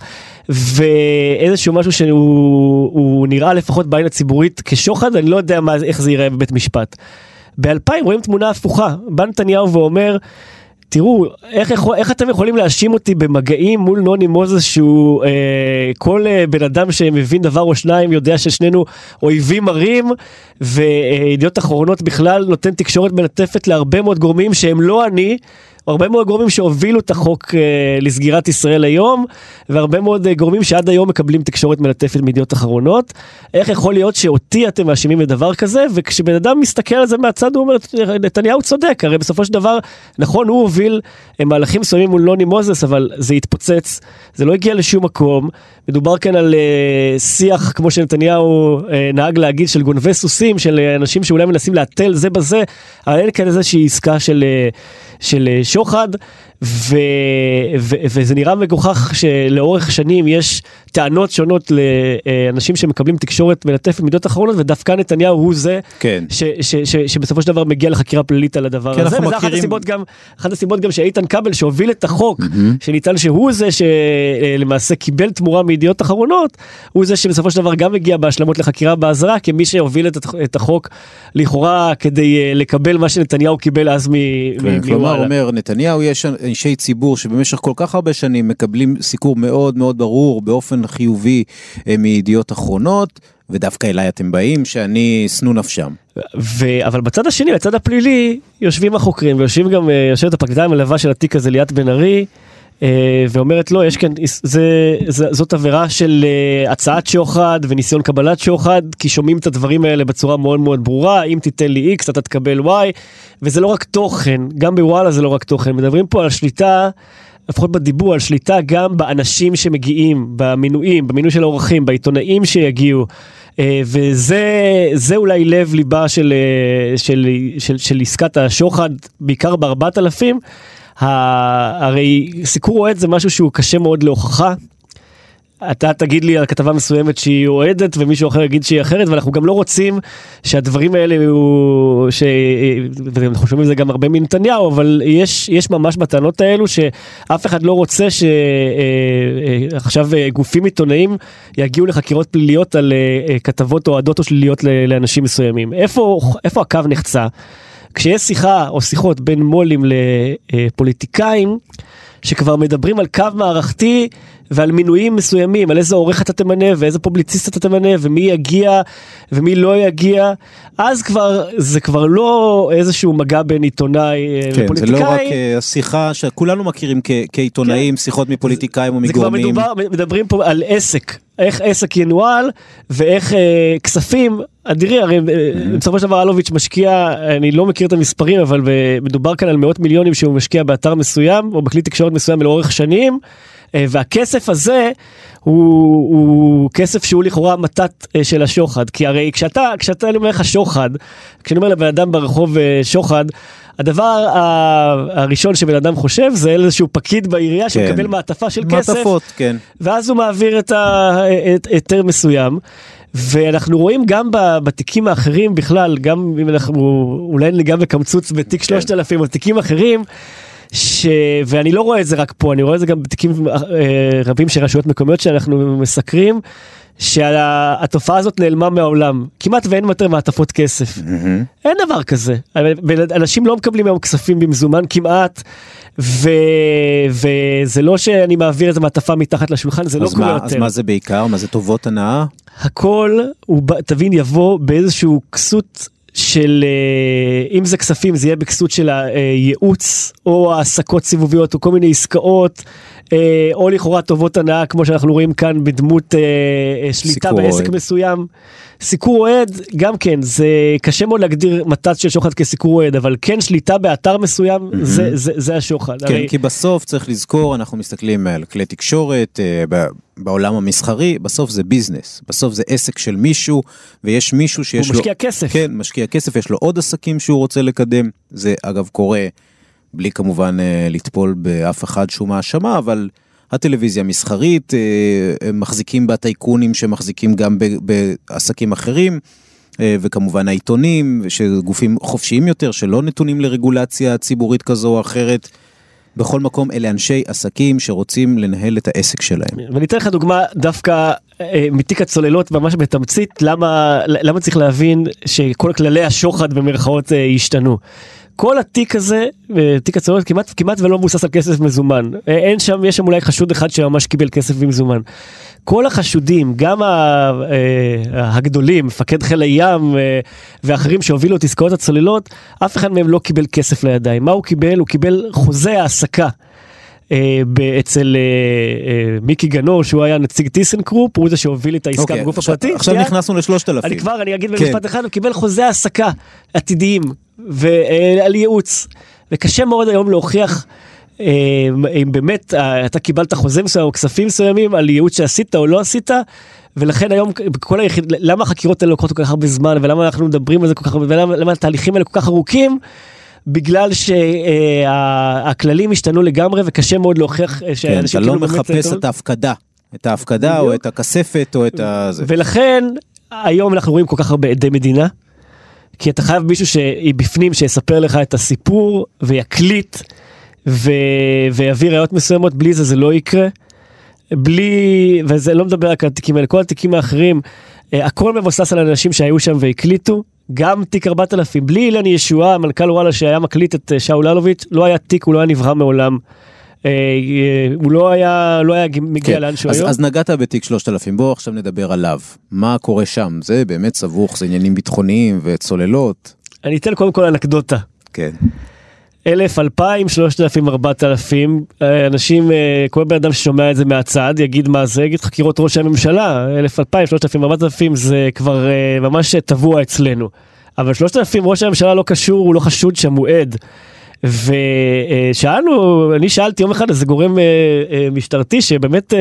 ואיזשהו משהו שהוא נראה לפחות בעין הציבורית כשוחד, אני לא יודע מה, איך זה ייראה בבית משפט. באלפיים רואים תמונה הפוכה, בא נתניהו ואומר, תראו, איך, יכול, איך אתם יכולים להאשים אותי במגעים מול נוני מוזס, שהוא אה, כל אה, בן אדם שמבין דבר או שניים יודע ששנינו אויבים מרים, וידיעות אחרונות בכלל נותן תקשורת מלטפת להרבה מאוד גורמים שהם לא אני, הרבה מאוד גורמים שהובילו את החוק אה, לסגירת ישראל היום, והרבה מאוד אה, גורמים שעד היום מקבלים תקשורת מלטפת מידיעות אחרונות. איך יכול להיות שאותי אתם מאשימים לדבר כזה, וכשבן אדם מסתכל על זה מהצד, הוא אומר, נתניהו צודק, הרי בסופו של דבר, נכון, הוא הוביל אה, מהלכים מסוימים מול נוני מוזס, אבל זה התפוצץ, זה לא הגיע לשום מקום, מדובר כאן על אה, שיח, כמו שנתניהו אה, נהג להגיד, של גונבי סוסים, של אה, אנשים שאולי מנסים להטל זה בזה, אבל אין כאן איזושהי עסקה של... אה, של שוחד, ו, ו, וזה נראה מגוחך שלאורך שנים יש טענות שונות לאנשים שמקבלים תקשורת מלטפת מידיעות אחרונות, ודווקא נתניהו הוא זה כן. ש, ש, ש, שבסופו של דבר מגיע לחקירה פלילית על הדבר כן, הזה, וזה מכירים... אחת הסיבות גם, אחת הסיבות גם שאיתן כבל שהוביל את החוק, mm-hmm. שניתן שהוא זה שלמעשה קיבל תמורה מידיעות אחרונות, הוא זה שבסופו של דבר גם מגיע בהשלמות לחקירה באזהרה, כמי שהוביל את, את החוק לכאורה כדי לקבל מה שנתניהו קיבל אז מ... כן, מ- כלומר מ- אומר, נתניהו יש אנשי ציבור שבמשך כל כך הרבה שנים מקבלים סיקור מאוד מאוד ברור באופן חיובי מידיעות אחרונות, ודווקא אליי אתם באים שאני סנו נפשם. ו- אבל בצד השני, בצד הפלילי, יושבים החוקרים, ויושבים גם, יושבת הפרקליטה המלווה של התיק הזה ליאת בן ארי, ואומרת לו, יש כאן, זה, זה, זאת עבירה של הצעת שוחד וניסיון קבלת שוחד, כי שומעים את הדברים האלה בצורה מאוד מאוד ברורה, אם תיתן לי X, אתה תקבל Y, וזה לא רק תוכן, גם בוואלה זה לא רק תוכן, מדברים פה על שליטה, לפחות בדיבור על שליטה גם באנשים שמגיעים, במינויים, במינוי של האורחים, בעיתונאים שיגיעו, וזה זה אולי לב ליבה של, של, של, של עסקת השוחד, בעיקר בארבעת אלפים, הרי סיקור אוהד זה משהו שהוא קשה מאוד להוכחה, אתה תגיד לי על כתבה מסוימת שהיא אוהדת ומישהו אחר יגיד שהיא אחרת, ואנחנו גם לא רוצים שהדברים האלה הוא, ש... ואנחנו שומעים זה גם הרבה מנתניהו, אבל יש, יש ממש בטענות האלו שאף אחד לא רוצה שעכשיו גופים עיתונאים יגיעו לחקירות פליליות על כתבות אוהדות או שליליות לאנשים מסוימים. איפה, איפה הקו נחצה? כשיש שיחה או שיחות בין מולים לפוליטיקאים, שכבר מדברים על קו מערכתי ועל מינויים מסוימים, על איזה עורך אתה תמנה ואיזה פובליציסט אתה תמנה ומי יגיע ומי לא יגיע, אז כבר זה כבר לא איזשהו מגע בין עיתונאי כן, לפוליטיקאי. זה לא רק השיחה שכולנו מכירים כ- כעיתונאים, כן. שיחות מפוליטיקאים ומגורמים. זה כבר מדובר, מדברים פה על עסק, איך עסק ינוהל ואיך אה, כספים, אדירי, הרי mm-hmm. בסופו של דבר אלוביץ' משקיע, אני לא מכיר את המספרים, אבל מדובר כאן על מאות מיליונים שהוא משקיע באתר מסוים, או בכלי תקשורת מסוים לאורך שנים, והכסף הזה הוא, הוא כסף שהוא לכאורה מתת של השוחד, כי הרי כשאתה, כשאתה אני אומר לך שוחד, כשאני אומר לבן אדם ברחוב שוחד, הדבר הראשון שבן אדם חושב זה איזשהו פקיד בעירייה כן. שמקבל מעטפה של כסף, מעטפות, כן. ואז הוא מעביר את היתר מסוים, ואנחנו רואים גם בתיקים האחרים בכלל, גם אם אנחנו אולי גם בקמצוץ בתיק שלושת אלפים או תיקים אחרים, ש... ואני לא רואה את זה רק פה, אני רואה את זה גם בתיקים רבים של רשויות מקומיות שאנחנו מסקרים, שהתופעה הזאת נעלמה מהעולם. כמעט ואין יותר מעטפות כסף. Mm-hmm. אין דבר כזה. אנשים לא מקבלים היום כספים במזומן כמעט, ו... וזה לא שאני מעביר את המעטפה מתחת לשולחן, זה לא קורה יותר. אז מה זה בעיקר? מה זה טובות הנאה? הכל, הוא, תבין, יבוא באיזשהו כסות של, אם זה כספים, זה יהיה בכסות של הייעוץ, או העסקות סיבוביות, או כל מיני עסקאות, או לכאורה טובות הנאה, כמו שאנחנו רואים כאן, בדמות שליטה בעסק מסוים. סיקור אוהד, גם כן, זה קשה מאוד להגדיר מתת של שוחד כסיקור אוהד, אבל כן שליטה באתר מסוים, mm-hmm. זה, זה, זה השוחד. כן, הרי... כי בסוף צריך לזכור, אנחנו מסתכלים על כלי תקשורת, בעולם המסחרי, בסוף זה ביזנס, בסוף זה עסק של מישהו, ויש מישהו שיש לו... הוא משקיע כסף. כן, משקיע כסף, יש לו עוד עסקים שהוא רוצה לקדם, זה אגב קורה, בלי כמובן לטפול באף אחד שום האשמה, אבל... הטלוויזיה המסחרית, מחזיקים בטייקונים שמחזיקים גם בעסקים אחרים, וכמובן העיתונים, שגופים חופשיים יותר, שלא נתונים לרגולציה ציבורית כזו או אחרת, בכל מקום אלה אנשי עסקים שרוצים לנהל את העסק שלהם. וניתן לך דוגמה דווקא מתיק הצוללות ממש בתמצית, למה, למה צריך להבין שכל כללי השוחד במרכאות ישתנו. כל התיק הזה, תיק הצוללות, כמעט, כמעט ולא מבוסס על כסף מזומן. אין שם, יש שם אולי חשוד אחד שממש קיבל כסף במזומן. כל החשודים, גם הגדולים, מפקד חיל הים ואחרים שהובילו את עסקאות הצוללות, אף אחד מהם לא קיבל כסף לידיים. מה הוא קיבל? הוא קיבל חוזה העסקה. אצל מיקי גנור, שהוא היה נציג טיסנקרופ, הוא זה שהוביל את העסקה בגוף הפרטי. עכשיו נכנסנו לשלושת אלפים. אני כבר, אני אגיד במשפט אחד, הוא קיבל חוזה העסקה עתידיים ועל ייעוץ. וקשה מאוד היום להוכיח אם באמת אתה קיבלת חוזה מסוים או כספים מסוימים על ייעוץ שעשית או לא עשית, ולכן היום בכל היחיד, למה החקירות האלה לוקחות כל כך הרבה זמן, ולמה אנחנו מדברים על זה כל כך הרבה, ולמה התהליכים האלה כל כך ארוכים, בגלל שהכללים השתנו לגמרי, וקשה מאוד להוכיח שאנשים כאילו באמת... אתה לא מחפש את ההפקדה, את ההפקדה או את הכספת או את הזה. ולכן היום אנחנו רואים כל כך הרבה עדי מדינה, כי אתה חייב מישהו שהיא בפנים שיספר לך את הסיפור, ויקליט, ויביא ראיות מסוימות, בלי זה זה לא יקרה. בלי, וזה לא מדבר רק על התיקים האלה, כל התיקים האחרים, הכל מבוסס על אנשים שהיו שם והקליטו, גם תיק ארבעת אלפים, בלי אילן ישועה, מנכ"ל וואלה שהיה מקליט את שאול אלוביץ', לא היה תיק, הוא לא היה נברא מעולם, הוא לא היה, לא היה מגיע לאן שהוא היום. אז נגעת בתיק שלושת אלפים, בואו עכשיו נדבר עליו, מה קורה שם? זה באמת סבוך, זה עניינים ביטחוניים וצוללות. אני אתן קודם כל אנקדוטה. כן. אלף, אלפיים, שלושת אלפים, ארבעת אלפים, אנשים, כל בן אדם ששומע את זה מהצד, יגיד מה זה, יגיד חקירות ראש הממשלה, אלף, אלפיים, שלושת אלפים, ארבעת אלפים, זה כבר ממש טבוע אצלנו. אבל שלושת אלפים, ראש הממשלה לא קשור, הוא לא חשוד שם, הוא עד. ושאלנו, אני שאלתי יום אחד איזה גורם משטרתי שבאמת,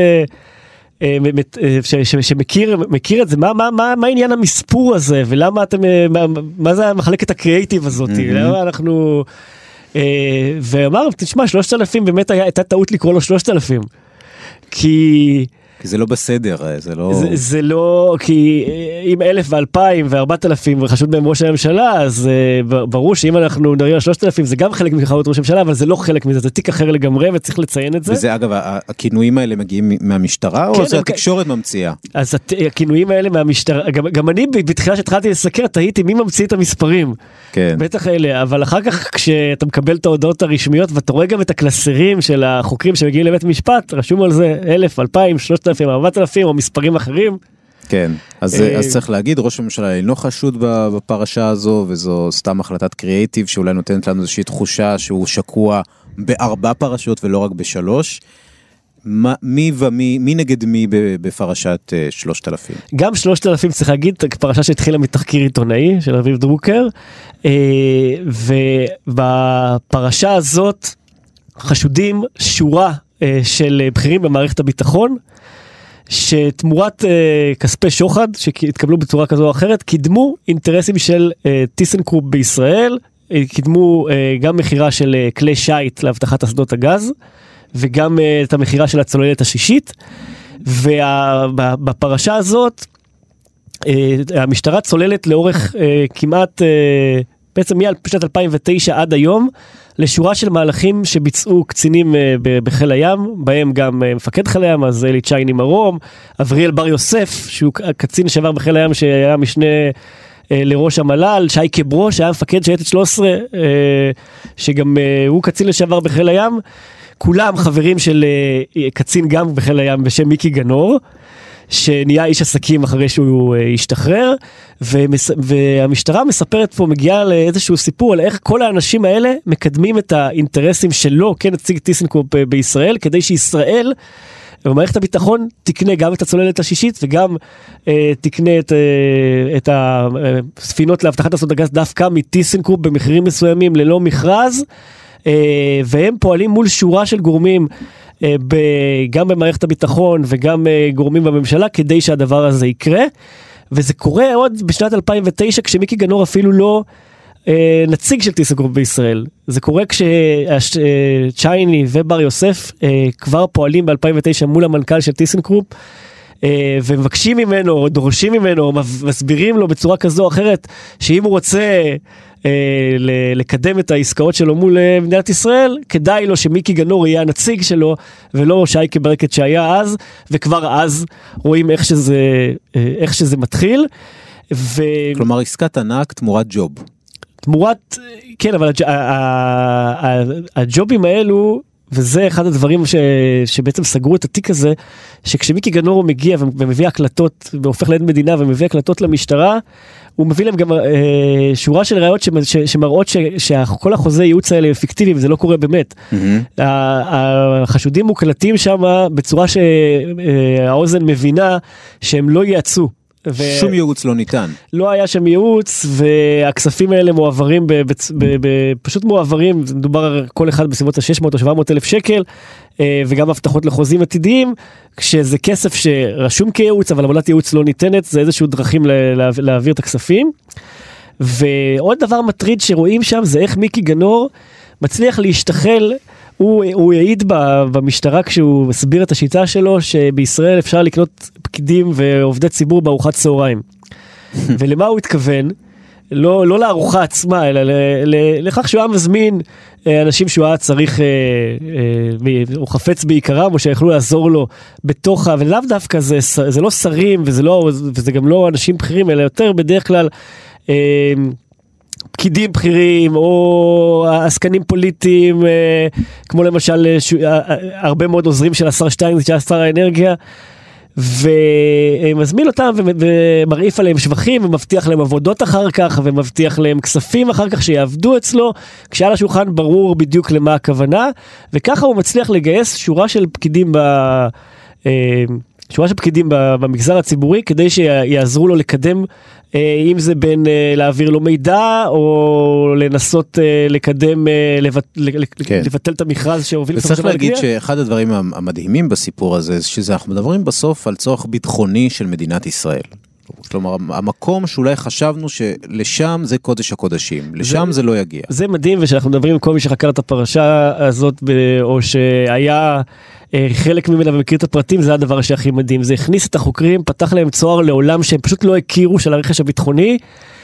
שמכיר מכיר את זה, מה, מה, מה, מה העניין המספור הזה, ולמה אתם, מה, מה זה המחלקת הקריאטיב הזאת, למה אנחנו, ואמר, תשמע, שלושת אלפים, באמת הייתה טעות לקרוא לו שלושת אלפים, כי... כי זה לא בסדר, זה לא... זה, זה לא, כי אם אלף ואלפיים וארבעת אלפים וחשוד בהם ראש הממשלה, אז ברור שאם אנחנו נראה על שלושת אלפים, זה גם חלק מחאות ראש הממשלה, אבל זה לא חלק מזה, זה תיק אחר לגמרי, וצריך לציין את זה. וזה אגב, הכינויים האלה מגיעים מהמשטרה, כן, או זה התקשורת ממציאה? אז הכינויים האלה מהמשטרה, גם, גם אני בתחילה שהתחלתי לסקר, תהיתי מי ממציא את המספרים. כן. בטח אלה, אבל אחר כך כשאתה מקבל את ההודעות הרשמיות, ואתה רואה גם את הקלסרים של החוקרים שמגיעים לבית משפט, רשום על זה אלף, אלפיים, שלושת אלפים, ארבעת אלפים, או מספרים אחרים. כן, אז, אז צריך להגיד, ראש הממשלה אינו חשוד בפרשה הזו, וזו סתם החלטת קריאטיב, שאולי נותנת לנו איזושהי תחושה שהוא שקוע בארבע פרשות ולא רק בשלוש. מי ומי, מי נגד מי בפרשת שלושת אלפים? גם שלושת אלפים צריך להגיד, פרשה שהתחילה מתחקיר עיתונאי של רביב דרוקר, ובפרשה הזאת חשודים שורה של בכירים במערכת הביטחון, שתמורת uh, כספי שוחד שהתקבלו בצורה כזו או אחרת, קידמו אינטרסים של uh, טיסנקרופ בישראל, uh, קידמו uh, גם מחירה של uh, כלי שייט להבטחת אסדות הגז, וגם uh, את המחירה של הצוללת השישית, ובפרשה הזאת, uh, המשטרה צוללת לאורך uh, כמעט, uh, בעצם משנת אלפיים ותשע עד היום, לשורה של מהלכים שביצעו קצינים בחיל הים, בהם גם מפקד חיל הים, אז אלי צ'ייני מרום, אבריאל בר יוסף, שהוא קצין שעבר בחיל הים, שהיה משנה לראש המל"ל, שייקה ברו, שהיה מפקד שייטת שלוש עשרה, שגם הוא קצין לשעבר בחיל הים, כולם חברים של קצין גם בחיל הים בשם מיקי גנור, שנהיה איש עסקים אחרי שהוא השתחרר, ומס... והמשטרה מספרת פה, מגיעה לאיזשהו סיפור על איך כל האנשים האלה מקדמים את האינטרסים שלו, כן, נציג טיסנקרופ בישראל, כדי שישראל, במערכת הביטחון, תקנה גם את הצוללת השישית, וגם אה, תקנה את, אה, את הספינות להבטחת אסדות הגז דווקא מטיסנקרופ במחירים מסוימים ללא מכרז, אה, והם פועלים מול שורה של גורמים, גם במערכת הביטחון וגם גורמים בממשלה, כדי שהדבר הזה יקרה, וזה קורה עוד בשנת אלפיים ותשע, כשמיקי גנור אפילו לא נציג של טיסנקרופ בישראל. זה קורה כשצ'ייני ובר יוסף כבר פועלים ב-אלפיים ותשע מול המנכ"ל של טיסנקרופ, ומבקשים ממנו, או דורשים ממנו, או מסבירים לו בצורה כזו או אחרת, שאם הוא רוצה לקדם את העסקאות שלו מול מדינת ישראל, כדאי לו שמיקי גנור יהיה הנציג שלו, ולא שייקה ברקת שהיה אז, וכבר אז רואים איך שזה, איך שזה מתחיל. ו... כלומר, עסקת ענק תמורת ג'וב. תמורת, כן, אבל הג'ובים האלו, וזה אחד הדברים ש... שבעצם סגרו את התיק הזה, שכשמיקי גנור מגיע ומביא הקלטות, והופך לעד מדינה ומביא הקלטות למשטרה, הוא מביא להם גם אה, שורה של ראיות ש... ש... שמראות ש... שכל החוזה ייעוץ האלה פיקטיביים, זה לא קורה באמת. Mm-hmm. החשודים מוקלטים שם בצורה שהאוזן מבינה שהם לא ייעצו. ו... שום ייעוץ לא ניתן. לא היה שם ייעוץ, והכספים האלה מועברים, ב... ב... ב... ב... פשוט מועברים, מדובר על כל אחד בסביבות ה-שש מאות או שבע מאות אלף שקל, וגם הבטחות לחוזים עתידיים, כשזה כסף שרשום כייעוץ, אבל עבודת ייעוץ לא ניתנת, זה איזשהו דרכים לה... להעביר את הכספים. ועוד דבר מטריד שרואים שם, זה איך מיקי גנור מצליח להשתחל, הוא, הוא העיד במשטרה כשהוא מסביר את השיטה שלו, שבישראל אפשר לקנות פקידים ועובדי ציבור בארוחת צהריים. ולמה הוא התכוון? לא, לא לארוחה עצמה, אלא לכך שהוא היה מזמין אנשים שהוא היה צריך, הוא חפץ בעיקרם, או שיכולו לעזור לו בתוך, ולאו דווקא זה, זה לא שרים, וזה, לא, וזה גם לא אנשים בכירים, אלא יותר בדרך כלל, פקידים בכירים, או עסקנים פוליטיים, כמו למשל, הרבה מאוד עוזרים של השר שטיינז, שהיה שר האנרגיה, ומזמין אותם ומרעיף עליהם שבחים ומבטיח להם עבודות אחר כך ומבטיח להם כספים אחר כך שיעבדו אצלו, כשעל השולחן ברור בדיוק למה הכוונה, וככה הוא מצליח לגייס שורה של פקידים ב... שורה של פקידים במגזר הציבורי כדי שיעזרו לו לקדם, אם זה בין להעביר לו מידע או לנסות לקדם, לבטל את המכרז שהוביל. וצריך להגיד שאחד הדברים המדהימים בסיפור הזה, שזה אנחנו מדברים בסוף על צורך ביטחוני של מדינת ישראל. כלומר, המקום שאולי חשבנו שלשם זה קודש הקודשים, לשם זה, זה לא יגיע. זה מדהים, ושאנחנו מדברים עם כל מי שחקר את הפרשה הזאת, או שהיה חלק ממנה ומכיר את הפרטים, זה הדבר שהכי מדהים. זה הכניס את החוקרים, פתח להם צוהר לעולם שהם פשוט לא הכירו של הרכש הביטחוני,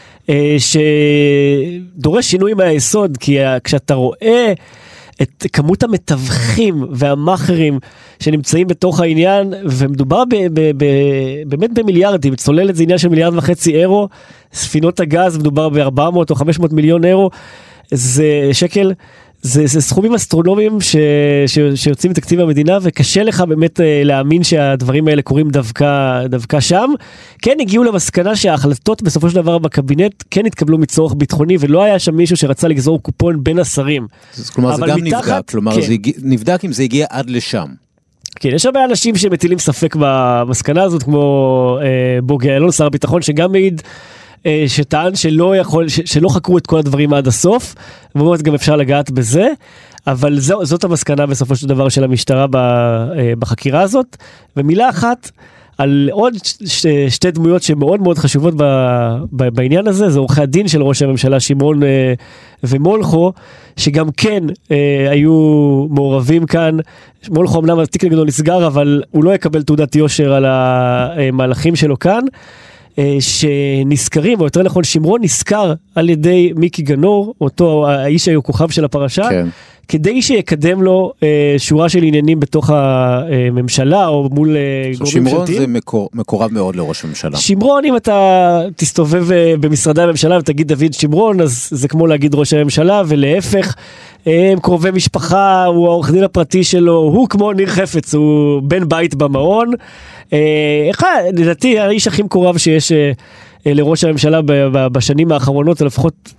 שדורש שינוי מהיסוד, כי כשאתה רואה את כמות המתווכים והמאכרים שנמצאים בתוך העניין, ומדובר ב, ב, ב, באמת במיליארדים, צוללת זה עניין של מיליארד וחצי אירו, ספינות הגז מדובר ב-ארבע מאות או חמש מאות מיליון אירו, זה שקל, זה, זה סכומים אסטרונומיים ש, ש, שיוצאים מתקציב המדינה, וקשה לך באמת להאמין שהדברים האלה קורים דווקא, דווקא שם. כן הגיעו למסקנה שההחלטות בסופו של דבר בקבינט כן התקבלו מצורך ביטחוני, ולא היה שם מישהו שרצה לגזור קופון בין השרים. כלומר זה גם מתחת, נבדק, כלומר כן. זה הגיע, נבדק אם זה הגיע עד לשם. כן, יש הרבה אנשים שמטילים ספק במסקנה הזאת, כמו אה, בוגי יעלון, שר הביטחון, שגם מעיד שטען שלא יכול, שלא חקרו את כל הדברים עד הסוף, ובאמת גם אפשר לגעת בזה, אבל זו, זאת המסקנה בסופו של דבר של המשטרה בחקירה הזאת. ומילה אחת על עוד שתי, שתי דמויות שמאוד מאוד חשובות ב, ב, בעניין הזה, זה עורכי הדין של ראש הממשלה שמעון ומולכו, שגם כן היו מעורבים כאן. מולכו אמנם התיק נגדו נסגר, אבל הוא לא יקבל תעודת יושר על המהלכים שלו כאן, שנזכרים, או יותר נכון שמרון נזכר על ידי מיקי גנור, אותו האיש היו כוכב של הפרשה, כן. כדי שיקדם לו שורה של עניינים בתוך הממשלה, או מול גורמים ממשלתיים. שמרון זה מקור, מקורב מאוד לראש הממשלה. שמרון, אם אתה תסתובב במשרדי הממשלה ותגיד דוד שמרון, אז זה כמו להגיד ראש הממשלה, ולהפך, הם קרובי משפחה, הוא העורך דין הפרטי שלו, הוא כמו ניר חפץ, הוא בן בית במעון. אחד, לדעתי, האיש הכי מקורב שיש לראש הממשלה בשנים האחרונות, לפחות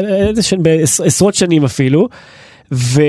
בעשרות שנים אפילו, ו,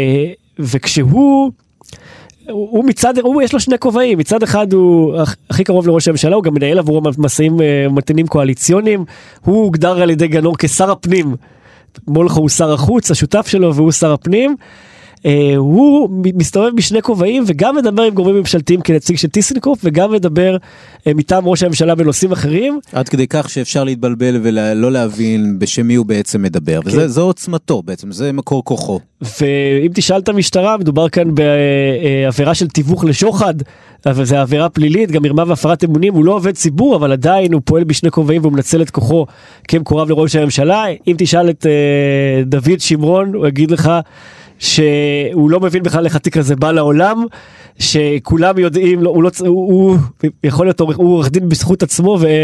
וכשהוא, הוא מצד, הוא יש לו שני כובעים, מצד אחד הוא הכי קרוב לראש הממשלה, הוא גם מנהל עבורו מסעים מתנים קואליציוניים, הוא הוגדר על ידי גנור כשר הפנים, מולכו הוא שר החוץ, השותף שלו, והוא שר הפנים, הוא מסתובב בשני כובעים, וגם מדבר עם גורמים ממשלתיים כנציג של טיסנקרופ, וגם מדבר מטעם ראש הממשלה בנושאים אחרים. עד כדי כך שאפשר להתבלבל ולא להבין בשם מי הוא בעצם מדבר, וזו עוצמתו בעצם, זה מקור כוחו. ואם תשאל את המשטרה, מדובר כאן בעבירה של תיווך לשוחד, אבל זה עבירה פלילית, גם מרמה והפרת אמונים, הוא לא עובד ציבור, אבל עדיין הוא פועל בשני כובעים, והוא מנצל את כוחו כמקורב לראש הממשלה. אם תשאל את דוד שמרון, הוא יגיד לך שהוא לא מבין בכלל איך התיק הזה בא לעולם, שכולם יודעים, הוא, לא, הוא, הוא יכול להיות, הוא עורך דין בזכות עצמו, ו,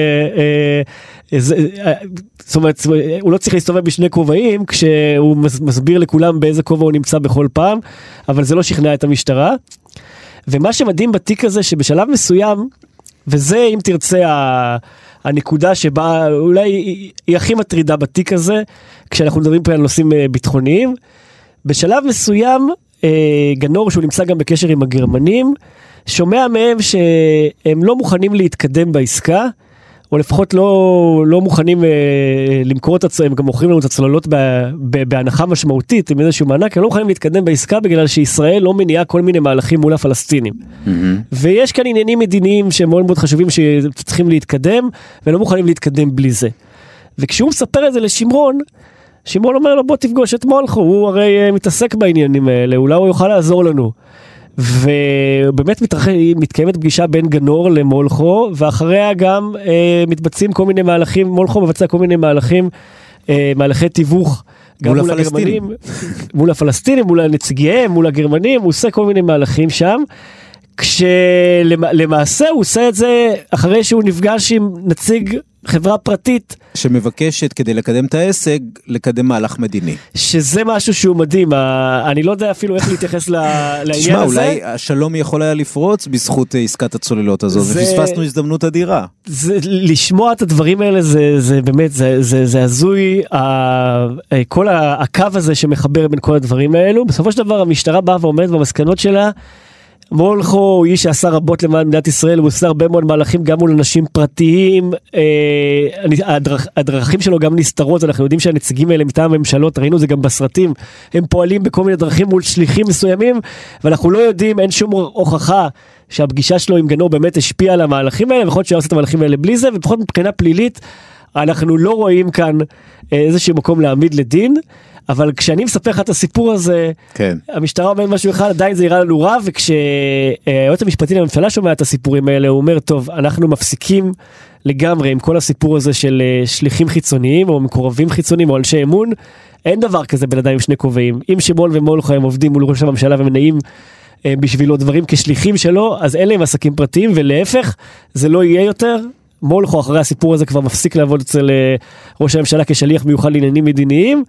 זאת אומרת, הוא לא צריך להסתובב בשני כובעים, כשהוא מסביר לכולם באיזה כובע הוא נמצא בכל פעם, אבל זה לא שכנע את המשטרה. ומה שמדהים בתיק הזה, שבשלב מסוים, וזה אם תרצה הנקודה שבה אולי היא הכי מטרידה בתיק הזה, כשאנחנו מדברים פה על נושאים ביטחוניים, בשלב מסוים, גנור, שהוא נמצא גם בקשר עם הגרמנים, שומע מהם שהם לא מוכנים להתקדם בעסקה, או לפחות לא, לא מוכנים למכור את הצללות, הם גם מוכרים לנו את הצללות בהנחה משמעותית, עם איזשהו מענק, הם לא מוכנים להתקדם בעסקה, בגלל שישראל לא מניעה כל מיני מהלכים מול הפלסטינים. Mm-hmm. ויש כאן עניינים מדיניים שהם מאוד מאוד חשובים, שצריכים להתקדם, ולא מוכנים להתקדם בלי זה. וכשהוא מספר את זה לשמרון, שמרון אומר לו, בוא תפגוש את מולכו, הוא הרי מתעסק בעניינים האלה, אולי הוא יוכל לעזור לנו. ובאמת מתרח... מתקיימת פגישה בין גנור למולכו, ואחריה גם אה, מתבצעים כל מיני מהלכים, מולכו מבצע כל מיני מהלכים, אה, מהלכי תיווך, גם מול, מול הגרמנים, מול הפלסטינים, מול הנציגיהם, מול הגרמנים, הוא עושה כל מיני מהלכים שם, כשלמעשה הוא עושה את זה אחרי שהוא נפגש עם נציג חברה פרטית. שמבקשת כדי לקדם את העסק, לקדם מהלך מדיני. שזה משהו שהוא מדהים, אני לא יודע אפילו איך להתייחס לעניין הזה. תשמע, אולי השלום יכול היה לפרוץ בזכות עסקת הצוללות הזאת, ופספסנו הזדמנות אדירה. לשמוע את הדברים האלה זה באמת, זה הזוי, כל הקו הזה שמחבר בין כל הדברים האלו, בסופו של דבר המשטרה באה ואומרת במסקנות שלה, מולכו הוא איש שעשה רבות למען מדינת ישראל, הוא עושה הרבה מאוד מהלכים גם מול אנשים פרטיים, אה, הדרכ, הדרכים שלו גם נסתרות, אנחנו יודעים שהנציגים האלה מטעם הממשלות, ראינו זה גם בסרטים, הם פועלים בכל מיני דרכים מול שליחים מסוימים, ואנחנו לא יודעים, אין שום הוכחה שהפגישה שלו עם גנור באמת השפיעה על המהלכים האלה, ויכול להיות שהוא עושה את המהלכים האלה בלי זה, ובכל מבחינה פלילית, אנחנו לא רואים כאן איזשהו מקום להעמיד לדין, אבל כשאני מספר לך את הסיפור הזה, כן. המשטרה אומרת משהו אחד, עדיין זה יראה לנו רע, וכשהיועץ המשפטי לממשלה שומע את הסיפורים האלה, הוא אומר, טוב, אנחנו מפסיקים לגמרי עם כל הסיפור הזה של שליחים חיצוניים, או מקורבים חיצוניים, או אנשי אמון, אין דבר כזה בן אדם עם שני כובעים. אם שמעון ומולכו הם עובדים מול ראש הממשלה ומנעים בשבילו דברים כשליחים שלו, אז אלה הם עסקים פרטיים, ולהפך, זה לא יהיה יותר. מולכו אחרי הסיפור הזה כבר מפסיק לעבוד אצל ראש הממשלה כשליח מיוחד לעניינים מדיניים,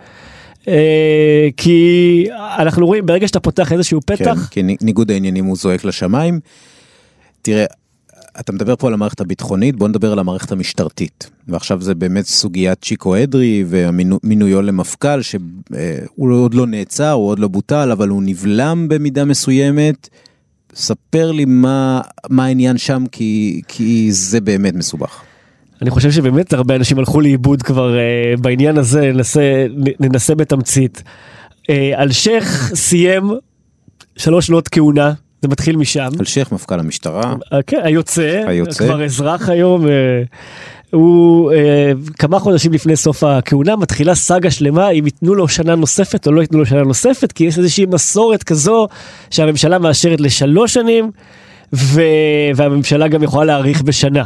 כי אנחנו רואים ברגע שאתה פותח איזשהו פתח, כן, כי ניגוד העניינים הוא זועק לשמיים. תראה, אתה מדבר פה על המערכת הביטחונית, בוא נדבר על המערכת המשטרתית, ועכשיו זה באמת סוגיית צ'יקו אדרי ומינויו למפכ"ל, שהוא עוד לא נעצר, הוא עוד לא בוטל, אבל הוא נבלם במידה מסוימת. ספר לי מה, מה העניין שם, כי, כי זה באמת מסובך. אני חושב שבאמת הרבה אנשים הלכו לאיבוד כבר uh, בעניין הזה, ננסה, ננסה בתמצית. Uh, אלשייך סיים שלוש שנות כהונה, זה מתחיל משם. אלשייך מפכ"ל המשטרה. Uh, כן, היוצא, היוצא. כבר אזרח היום, uh, הוא uh, כמה חודשים לפני סוף הכהונה, מתחילה סאגה שלמה, אם ייתנו לו שנה נוספת או לא ייתנו לו שנה נוספת, כי יש איזושהי מסורת כזו, שהממשלה מאשרת לשלוש שנים, ו... והממשלה גם יכולה להאריך בשנה.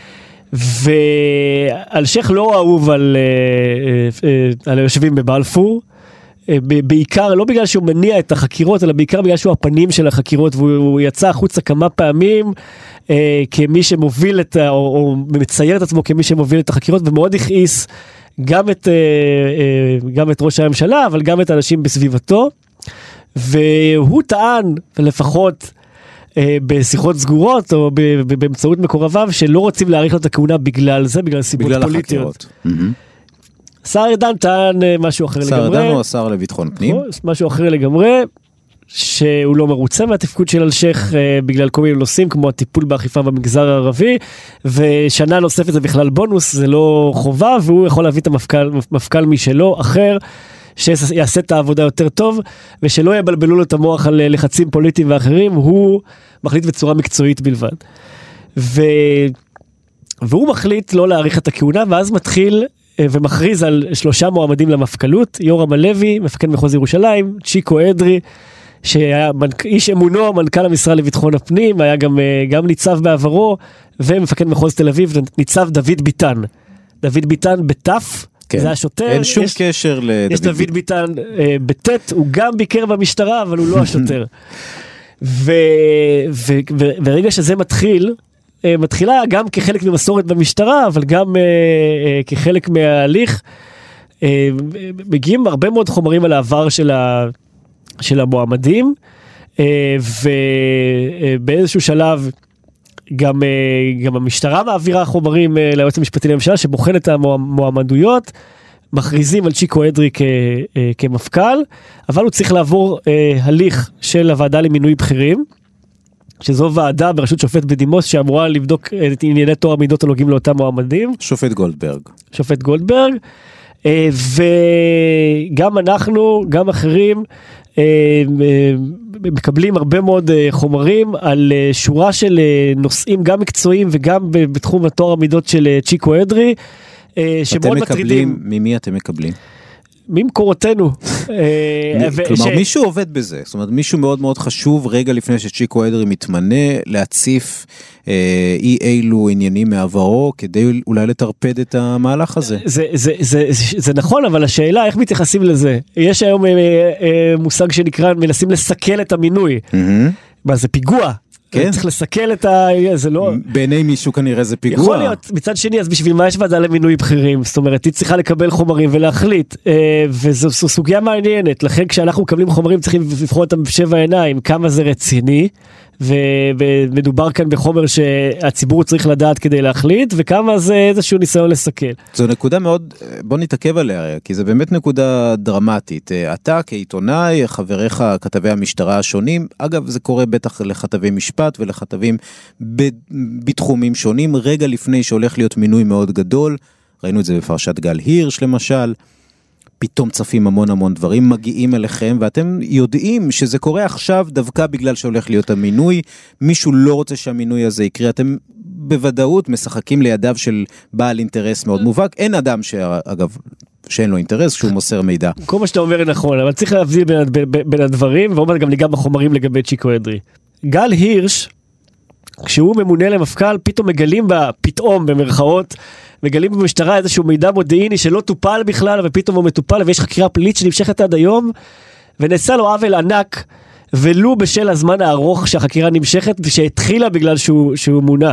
ואלשייך לא אהוב על, על היושבים בבלפור, בעיקר לא בגלל שהוא מניע את החקירות, אלא בעיקר בגלל שהוא הפנים של החקירות, והוא יצא החוצה כמה פעמים כמי שמוביל את, או, או מצייר את עצמו כמי שמוביל את החקירות, ומאוד הכעיס גם את, גם את ראש הממשלה, אבל גם את האנשים בסביבתו, והוא טען, לפחות בשיחות סגורות או באמצעות מקורביו שלא רוצים להאריך לו את הכהונה בגלל זה, בגלל סיבות פוליטיות. שר ארדן טען משהו אחר לגמרי. שר ארדן הוא השר לביטחון פנים. משהו אחר לגמרי, שהוא לא מרוצה מהתפקוד של אלשייך בגלל כל מיני נושאים, כמו הטיפול באכיפה במגזר הערבי, ושנה נוספת זה בכלל בונוס, זה לא חובה, והוא יכול להביא את המפכ"ל משלו אחר, שיעשה את העבודה יותר טוב, ושלא יבלבלו לו את המוח על לחצים פוליטיים ואחרים, הוא מחליט בצורה מקצועית בלבד. ו... והוא מחליט לא להאריך את הכהונה, ואז מתחיל ומכריז על שלושה מועמדים למפכ"לות, יורם הלוי, מפקד מחוז ירושלים, צ'יקו אדרי, שהיה איש אמונו, מנכ"ל המשרד לביטחון הפנים, היה גם, גם ניצב בעברו, ומפקד מחוז תל אביב, ניצב דוד ביטן. דוד ביטן בתף, כן. זה השוטר. אין שום יש, קשר לדוד יש דוד ביטן אה, בטט, הוא גם ביקר במשטרה, אבל הוא לא השוטר. ו, ו, ו, ורגע שזה מתחיל, אה, מתחילה גם כחלק ממסורת במשטרה, אבל גם אה, אה, כחלק מההליך, אה, מגיעים הרבה מאוד חומרים על העבר של, ה, של המועמדים, אה, ובאיזשהו שלב, גם, גם המשטרה מעבירה חומרים ליועץ המשפטי לממשלה שבוחן את המועמדויות, מכריזים על צ'יקו אדרי כ, כמפכ"ל, אבל הוא צריך לעבור הליך של הוועדה למינוי בכירים, שזו ועדה בראשות שופט בדימוס שאמורה לבדוק את ענייני טוהר המידות הנוגעים לאותם מועמדים. שופט גולדברג. שופט גולדברג, וגם אנחנו, גם אחרים, מקבלים הרבה מאוד חומרים על שורה של נושאים גם מקצועיים וגם בתחום התואר המידות של צ'יקו אדרי, שמאוד מטרידים. ממי אתם מקבלים? ממקורותינו. כלומר, מישהו עובד בזה, זאת אומרת, מישהו מאוד מאוד חשוב, רגע לפני שצ'יקו אדרי מתמנה, להציף אי אילו עניינים מעברו, כדי אולי לטרפד את המהלך הזה. זה נכון, אבל השאלה, איך מתייחסים לזה? יש היום מושג שנקרא, מנסים לסכל את המינוי. מה, זה פיגוע? כן. צריך לסכל את ה... זה לא... בעיני מישהו כנראה זה פיגוע. יכול להיות, מצד שני, אז בשביל מה יש ועדה למינוי בכירים? זאת אומרת, היא צריכה לקבל חומרים ולהחליט, וזו סוגיה מעניינת, לכן כשאנחנו מקבלים חומרים צריכים לבחור אותם בשבע עיניים, כמה זה רציני, ומדובר כאן בחומר שהציבור צריך לדעת כדי להחליט, וכמה זה איזשהו ניסיון לסכל. זו נקודה מאוד, בוא נתעכב עליה, כי זה באמת נקודה דרמטית. אתה כעיתונאי, חבריך, כתבי המשטרה השונים, אגב זה קורה בטח לכתבי משפט ולכתבים בתחומים שונים, רגע לפני שהולך להיות מינוי מאוד גדול, ראינו את זה בפרשת גל הירש למשל, פתאום צפים המון המון דברים, מגיעים אליכם, ואתם יודעים שזה קורה עכשיו דווקא בגלל שהולך להיות המינוי, מישהו לא רוצה שהמינוי הזה יקרה, אתם בוודאות משחקים לידיו של בעל אינטרס מאוד מובהק, אין אדם שאגב, שאין לו אינטרס, שהוא מוסר מידע. כל מה שאתה אומר נכון, אבל צריך להבדיל בין, בין, בין הדברים, ועוד גם ניגע בחומרים לגבי צ'יקו אדרי. גל הירש, כשהוא ממונה למפכ"ל, פתאום מגלים בה, פתאום במרכאות, מגלים במשטרה איזשהו מידע מודיעיני שלא טופל בכלל, ופתאום הוא מטופל, ויש חקירה פלילית שנמשכת עד היום, ונעשה לו עוול ענק, ולו בשל הזמן הארוך שהחקירה נמשכת, ושהתחילה בגלל שהוא, שהוא מונה.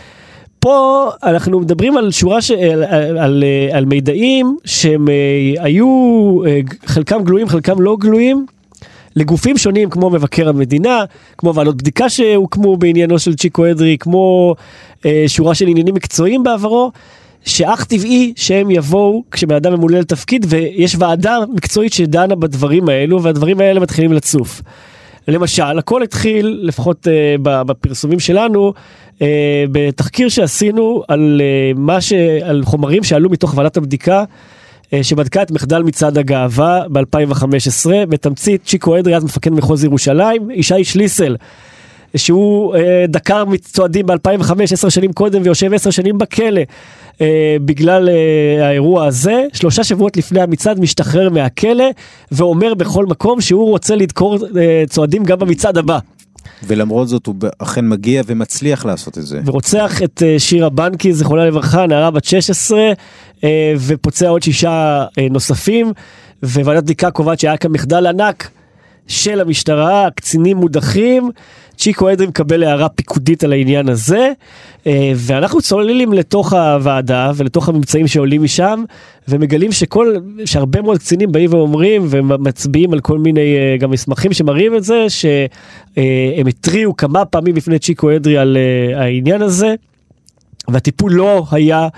פה אנחנו מדברים על שורה, ש... על, על, על מידעים, שהם היו חלקם גלויים, חלקם לא גלויים, לגופים שונים כמו מבקר המדינה, כמו ועדות בדיקה שהוקמו בעניינו של צ'יקו אדרי, כמו אה, שורה של עניינים מקצועיים בעברו, שאך טבעי שהם יבואו כשבן אדם ממולא לתפקיד, ויש ועדה מקצועית שדנה בדברים האלו, והדברים האלה מתחילים לצוף. למשל, הכל התחיל, לפחות אה, בפרסומים שלנו, אה, בתחקיר שעשינו על, אה, מה ש... על חומרים שעלו מתוך ועדת הבדיקה, שבדקה את מחדל מצעד הגאווה ב-אלפיים וחמש עשרה, בתמצית צ'יקו אדרי, אז מפקד מחוז ירושלים, ישי שליסל, שהוא אה, דקר מצועדים ב-אלפיים וחמש, עשר שנים קודם, ויושב עשר שנים בכלא, אה, בגלל אה, האירוע הזה, שלושה שבועות לפני המצעד משתחרר מהכלא, ואומר בכל מקום שהוא רוצה לדקור אה, צועדים גם במצעד הבא. ולמרות זאת הוא אכן מגיע ומצליח לעשות את זה. ורוצח את שירה בנקי, זכרונה לברכה, נערה בת שש עשרה, ופוצע עוד שישה נוספים, וועדת בדיקה קובעת שהיה כאן מחדל ענק של המשטרה, קצינים מודחים, צ'יקו אדרי מקבל הערה פיקודית על העניין הזה, ואנחנו צוללים לתוך הוועדה ולתוך הממצאים שעולים משם, ומגלים שכל, שהרבה מאוד קצינים באים ואומרים, ומצביעים על כל מיני גם מסמכים שמראים את זה, שהם התריעו כמה פעמים בפני צ'יקו אדרי על העניין הזה, והטיפול לא היה,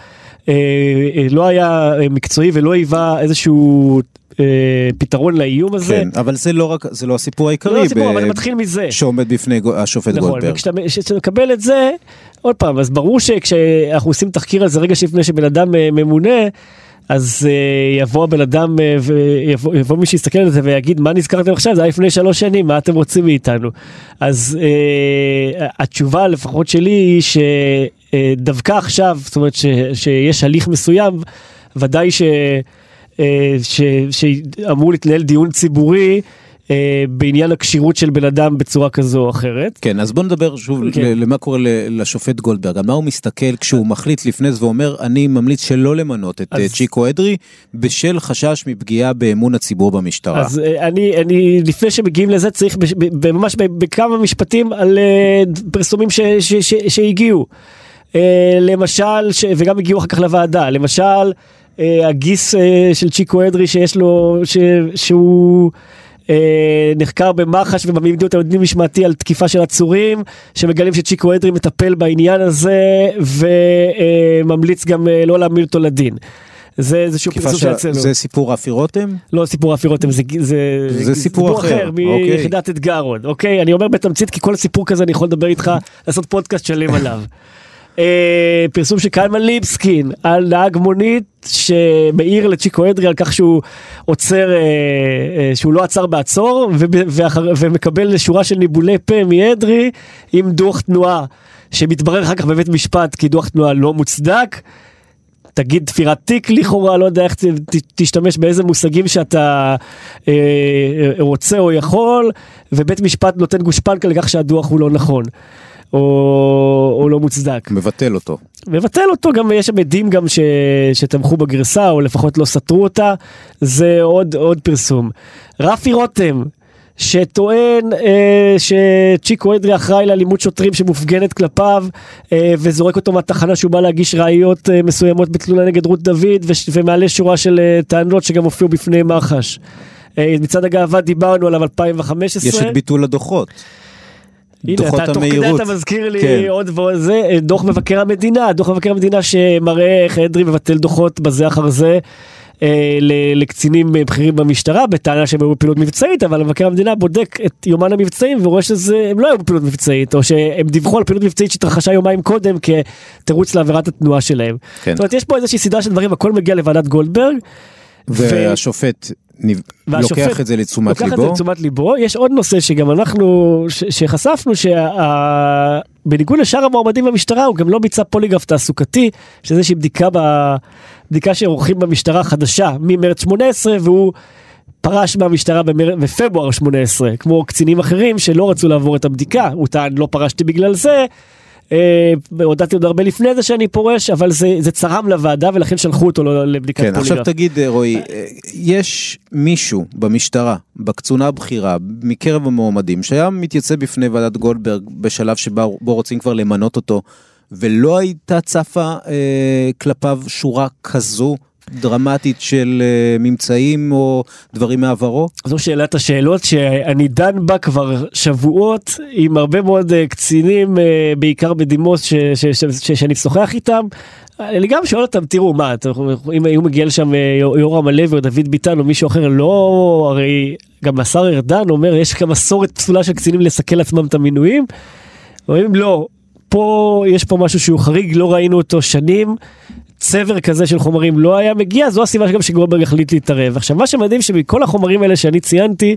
לא היה מקצועי ולא היווה איזשהו פתרון לאיום הזה. כן, אבל זה לא רק, זה לא הסיפור העיקרי. לא הסיפור, אבל זה מתחיל מזה. שעומד בפני השופט גולדברג. נכון, וכשנקבל את זה, עוד פעם, אז ברור שכשאנחנו עושים תחקיר על זה רגע לפני שבן אדם ממונה, אז יבוא הבן אדם, ויבוא מי שיסתכל על זה ויגיד, מה נזכרתם עכשיו? זה היה לפני שלוש שנים, מה אתם רוצים מאיתנו? אז התשובה לפחות שלי היא שדווקא עכשיו, זאת אומרת שיש הליך מסוים, ודאי ש... ש, שאמור להתנהל דיון ציבורי אה, בעניין הקשירות של בן אדם בצורה כזו או אחרת. כן, אז בוא נדבר שוב כן. למה קורה לשופט גולדברג, על מה הוא מסתכל כשהוא מחליט לפני זה ואומר, אני ממליץ שלא למנות את אז... צ'יקו אדרי, בשל חשש מפגיעה באמון הציבור במשטרה. אז אני, אני לפני שמגיעים לזה צריך ממש בכמה משפטים על פרסומים ש, ש, ש, שהגיעו. אה, למשל, ש, וגם הגיעו אחר כך לוועדה, למשל, הגיס של צ'יקו אדרי שיש לו, ש, שהוא אה, נחקר במח"ש ובמעמידים אותו לדין משמעתי על תקיפה של עצורים, שמגלים שצ'יקו אדרי מטפל בעניין הזה, וממליץ גם אה, לא להעמיד אותו לדין. זה איזשהו פרסום שיצאנו. זה סיפור רפי רותם? לא סיפור רפי רותם, זה, זה, זה סיפור אחר, אחר מיחידת אתגר עוד. אוקיי, אני אומר בתמצית, כי כל סיפור כזה אני יכול לדבר איתך, לעשות פודקאסט שלם עליו. פרסום של קלמן ליבסקין על נהג מונית שמעיר לצ'יקו אדרי על כך שהוא עוצר, שהוא לא עצר בעצור ומקבל שורה של ניבולי פה מאדרי עם דוח תנועה שמתברר אחר כך בבית משפט כי דוח תנועה לא מוצדק. תגיד תפירת תיק לכאורה, לא יודע איך תשתמש באיזה מושגים שאתה רוצה או יכול, ובית משפט נותן גושפנקה לכך שהדוח הוא לא נכון. או, או לא מוצדק. מבטל אותו. מבטל אותו, גם יש עדים גם ש, שתמכו בגרסה, או לפחות לא סתרו אותה, זה עוד, עוד פרסום. רפי רותם, שטוען אה, שצ'יקו אדרי אחראי לאלימות שוטרים שמופגנת כלפיו, אה, וזורק אותו מהתחנה שהוא בא להגיש ראיות אה, מסוימות בתלונה נגד רות דוד, ו- ומעלה שורה של אה, טענות שגם הופיעו בפני מח"ש. אה, מצד הגאווה דיברנו עליו אלפיים וחמש עשרה. יש את ביטול הדוחות. הנה, אתה, תוך כדי אתה מזכיר לי כן. עוד ועוד זה, דוח מבקר המדינה, דוח מבקר המדינה שמראה איך אדרי מבטל דוחות בזה אחר זה, אה, לקצינים בכירים במשטרה, בטענה שהם היו בפעילות מבצעית, אבל מבקר המדינה בודק את יומן המבצעים, ורואה שהם לא היו בפעילות מבצעית, או שהם דיווחו על פעילות מבצעית שהתרחשה יומיים קודם, כתירוץ לעבירת התנועה שלהם. כן. זאת אומרת, יש פה איזושהי סדרה של דברים, הכל מגיע לוועדת גולדברג, והשופט לוקח את זה לתשומת ליבו. לוקח את זה לתשומת ליבו. יש עוד נושא שגם אנחנו, שחשפנו, שבניגוד לשאר המועמדים במשטרה, הוא גם לא ביצע פוליגרף תעסוקתי, שזה איזושהי בדיקה, בדיקה שעורכים במשטרה חדשה, ממרץ שמונה עשרה, והוא פרש מהמשטרה בפברואר שמונה עשרה, כמו קצינים אחרים שלא רצו לעבור את הבדיקה. הוא טען, לא פרשתי בגלל זה, הודעתי עוד הרבה לפני זה שאני פורש, אבל זה, זה צרם לוועדה, ולכן שלחו אותו לבדיקת כן, פוליגרף. עכשיו תגיד, רועי, יש מישהו במשטרה, בקצונה הבכירה, מקרב המועמדים, שהיה מתייצב בפני ועדת גולדברג, בשלב שבו רוצים כבר למנות אותו, ולא הייתה צפה אה, כלפיו שורה כזו, דרמטית של uh, ממצאים או דברים מעברו? זו שאלת השאלות שאני דן בה כבר שבועות עם הרבה מאוד uh, קצינים, uh, בעיקר בדימוס ש- ש- ש- ש- שאני שוחח איתם. אני גם שואל אותם, תראו מה, אם היו מגיע לשם יורם הלוי או דוד ביטן או מישהו אחר, לא, הרי גם השר ארדן אומר, יש כמה מסורת פסולה של קצינים לסכל עצמם את המינויים, אומרים לא, פה יש פה משהו שהוא חריג, לא ראינו אותו שנים, צבר כזה של חומרים לא היה מגיע, זו הסיבה שגם שגולדברג החליט להתערב. עכשיו, מה שמדהים שמכל החומרים האלה שאני ציינתי,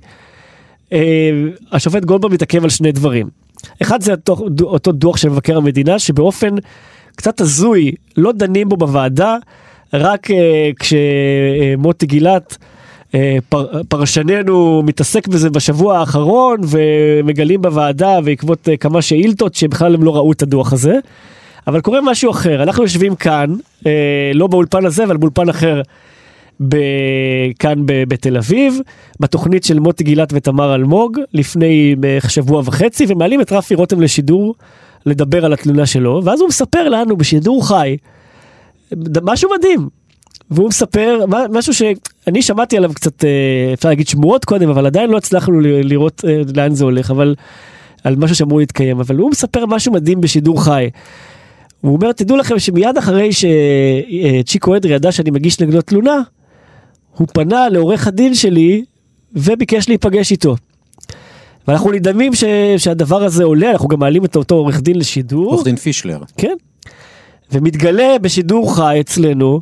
אה, השופט גולדברג מתעכב על שני דברים. אחד זה אותו, אותו דוח של מבקר המדינה, שבאופן קצת הזוי, לא דנים בו בוועדה, רק אה, כשמוטי גילת, אה, פר, פרשננו מתעסק בזה בשבוע האחרון, ומגלים בוועדה בעקבות אה, כמה שאילתות, שבכלל הם לא ראו את הדוח הזה. אבל קורה משהו אחר, אנחנו יושבים כאן, אה, לא באולפן הזה, אבל באולפן אחר, ב- כאן ב- בתל אביב, בתוכנית של מוטי גילת ותמר אלמוג, לפני שבוע וחצי, ומעלים את רפי רותם לשידור, לדבר על התלונה שלו, ואז הוא מספר לנו בשידור חי, משהו מדהים, והוא מספר, משהו שאני שמעתי עליו קצת, אה, אפשר להגיד שמועות קודם, אבל עדיין לא הצלחנו לראות אה, לאן זה הולך, אבל על משהו שאמור להתקיים, אבל הוא מספר משהו מדהים בשידור חי, הוא אומר, תדעו לכם שמיד אחרי שצ'יקו אדרי ידע שאני מגיש נגדו תלונה, הוא פנה לעורך הדין שלי, וביקש להיפגש איתו. ואנחנו נדמים ש... שהדבר הזה עולה, אנחנו גם מעלים את אותו עורך דין לשידור. עורך דין פישלר. כן. ומתגלה בשידור חי אצלנו,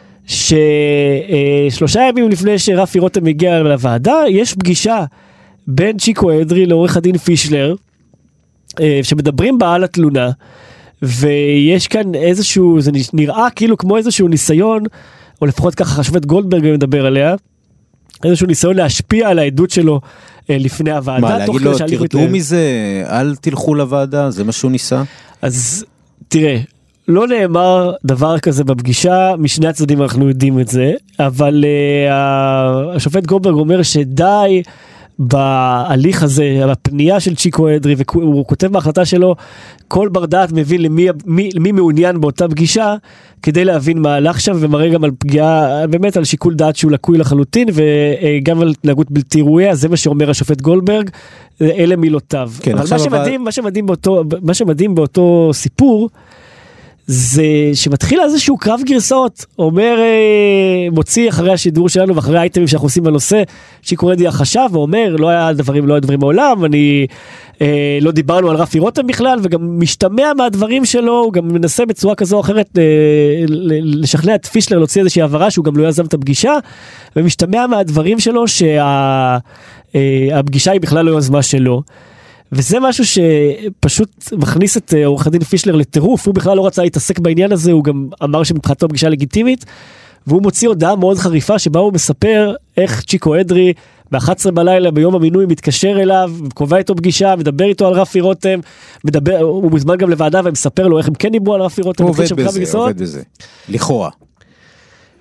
ששלושה ימים לפני שרפי רותם הגיע לוועדה, יש פגישה בין צ'יקו אדרי לעורך הדין פישלר, שמדברים בה על התלונה, ויש כאן איזשהו, זה נראה כאילו כמו איזשהו ניסיון, או לפחות ככה השופט גולדברג מדבר עליה, איזשהו ניסיון להשפיע על העדות שלו לפני הוועדה. מה, להגיד לו, תרדו מזה, אל תלכו לוועדה, זה מה שהוא ניסה? אז תראה, לא נאמר דבר כזה בפגישה, משני הצדדים אנחנו יודעים את זה, אבל uh, השופט גולדברג אומר שדי בהליך הזה, בפנייה של צ'יקו אדרי, והוא כותב בהחלטה שלו, כל בר דעת מבין למי, מי, למי מעוניין באותה פגישה, כדי להבין מה הלך שם, ומראה גם על פגיעה, באמת על שיקול דעת שהוא לקוי לחלוטין, וגם על התנהגות בלתי ראויה, זה מה שאומר השופט גולדברג, אלה מילותיו. כן, אבל מה שמדהים, אבל... מה שמדהים באותו, מה שמדהים באותו סיפור, זה שמתחיל איזשהו קרב גרסאות, אומר, מוציא אחרי השידור שלנו, ואחרי האייטמים שאנחנו עושים בנושא, צ'יקו אדרי החשב, ואומר, לא היה דברים, לא היה דברים מעולם, אני, אה, לא דיברנו על רפי רותם בכלל, וגם משתמע מהדברים שלו, הוא גם מנסה בצורה כזו או אחרת, אה, לשכנע את פישלר, להוציא איזושהי העברה, שהוא גם לא יזם את הפגישה, ומשתמע מהדברים שלו, שהפגישה היא בכלל לא יוזמה שלו, וזה משהו שפשוט מכניס את עורך הדין פישלר לטירוף, הוא בכלל לא רצה להתעסק בעניין הזה, הוא גם אמר שמבחינתו פגישה לגיטימית, והוא מוציא הודעה מאוד חריפה, שבה הוא מספר איך צ'יקו אדרי, ב-אחת עשרה בלילה ביום המינוי מתקשר אליו, קובע איתו פגישה, מדבר איתו על רפי רותם, מדבר, הוא מוזמן גם לוועדה, ומספר לו איך הם כן דיברו על רפי רותם. הוא עובד בזה, עובד בזה, לכאורה.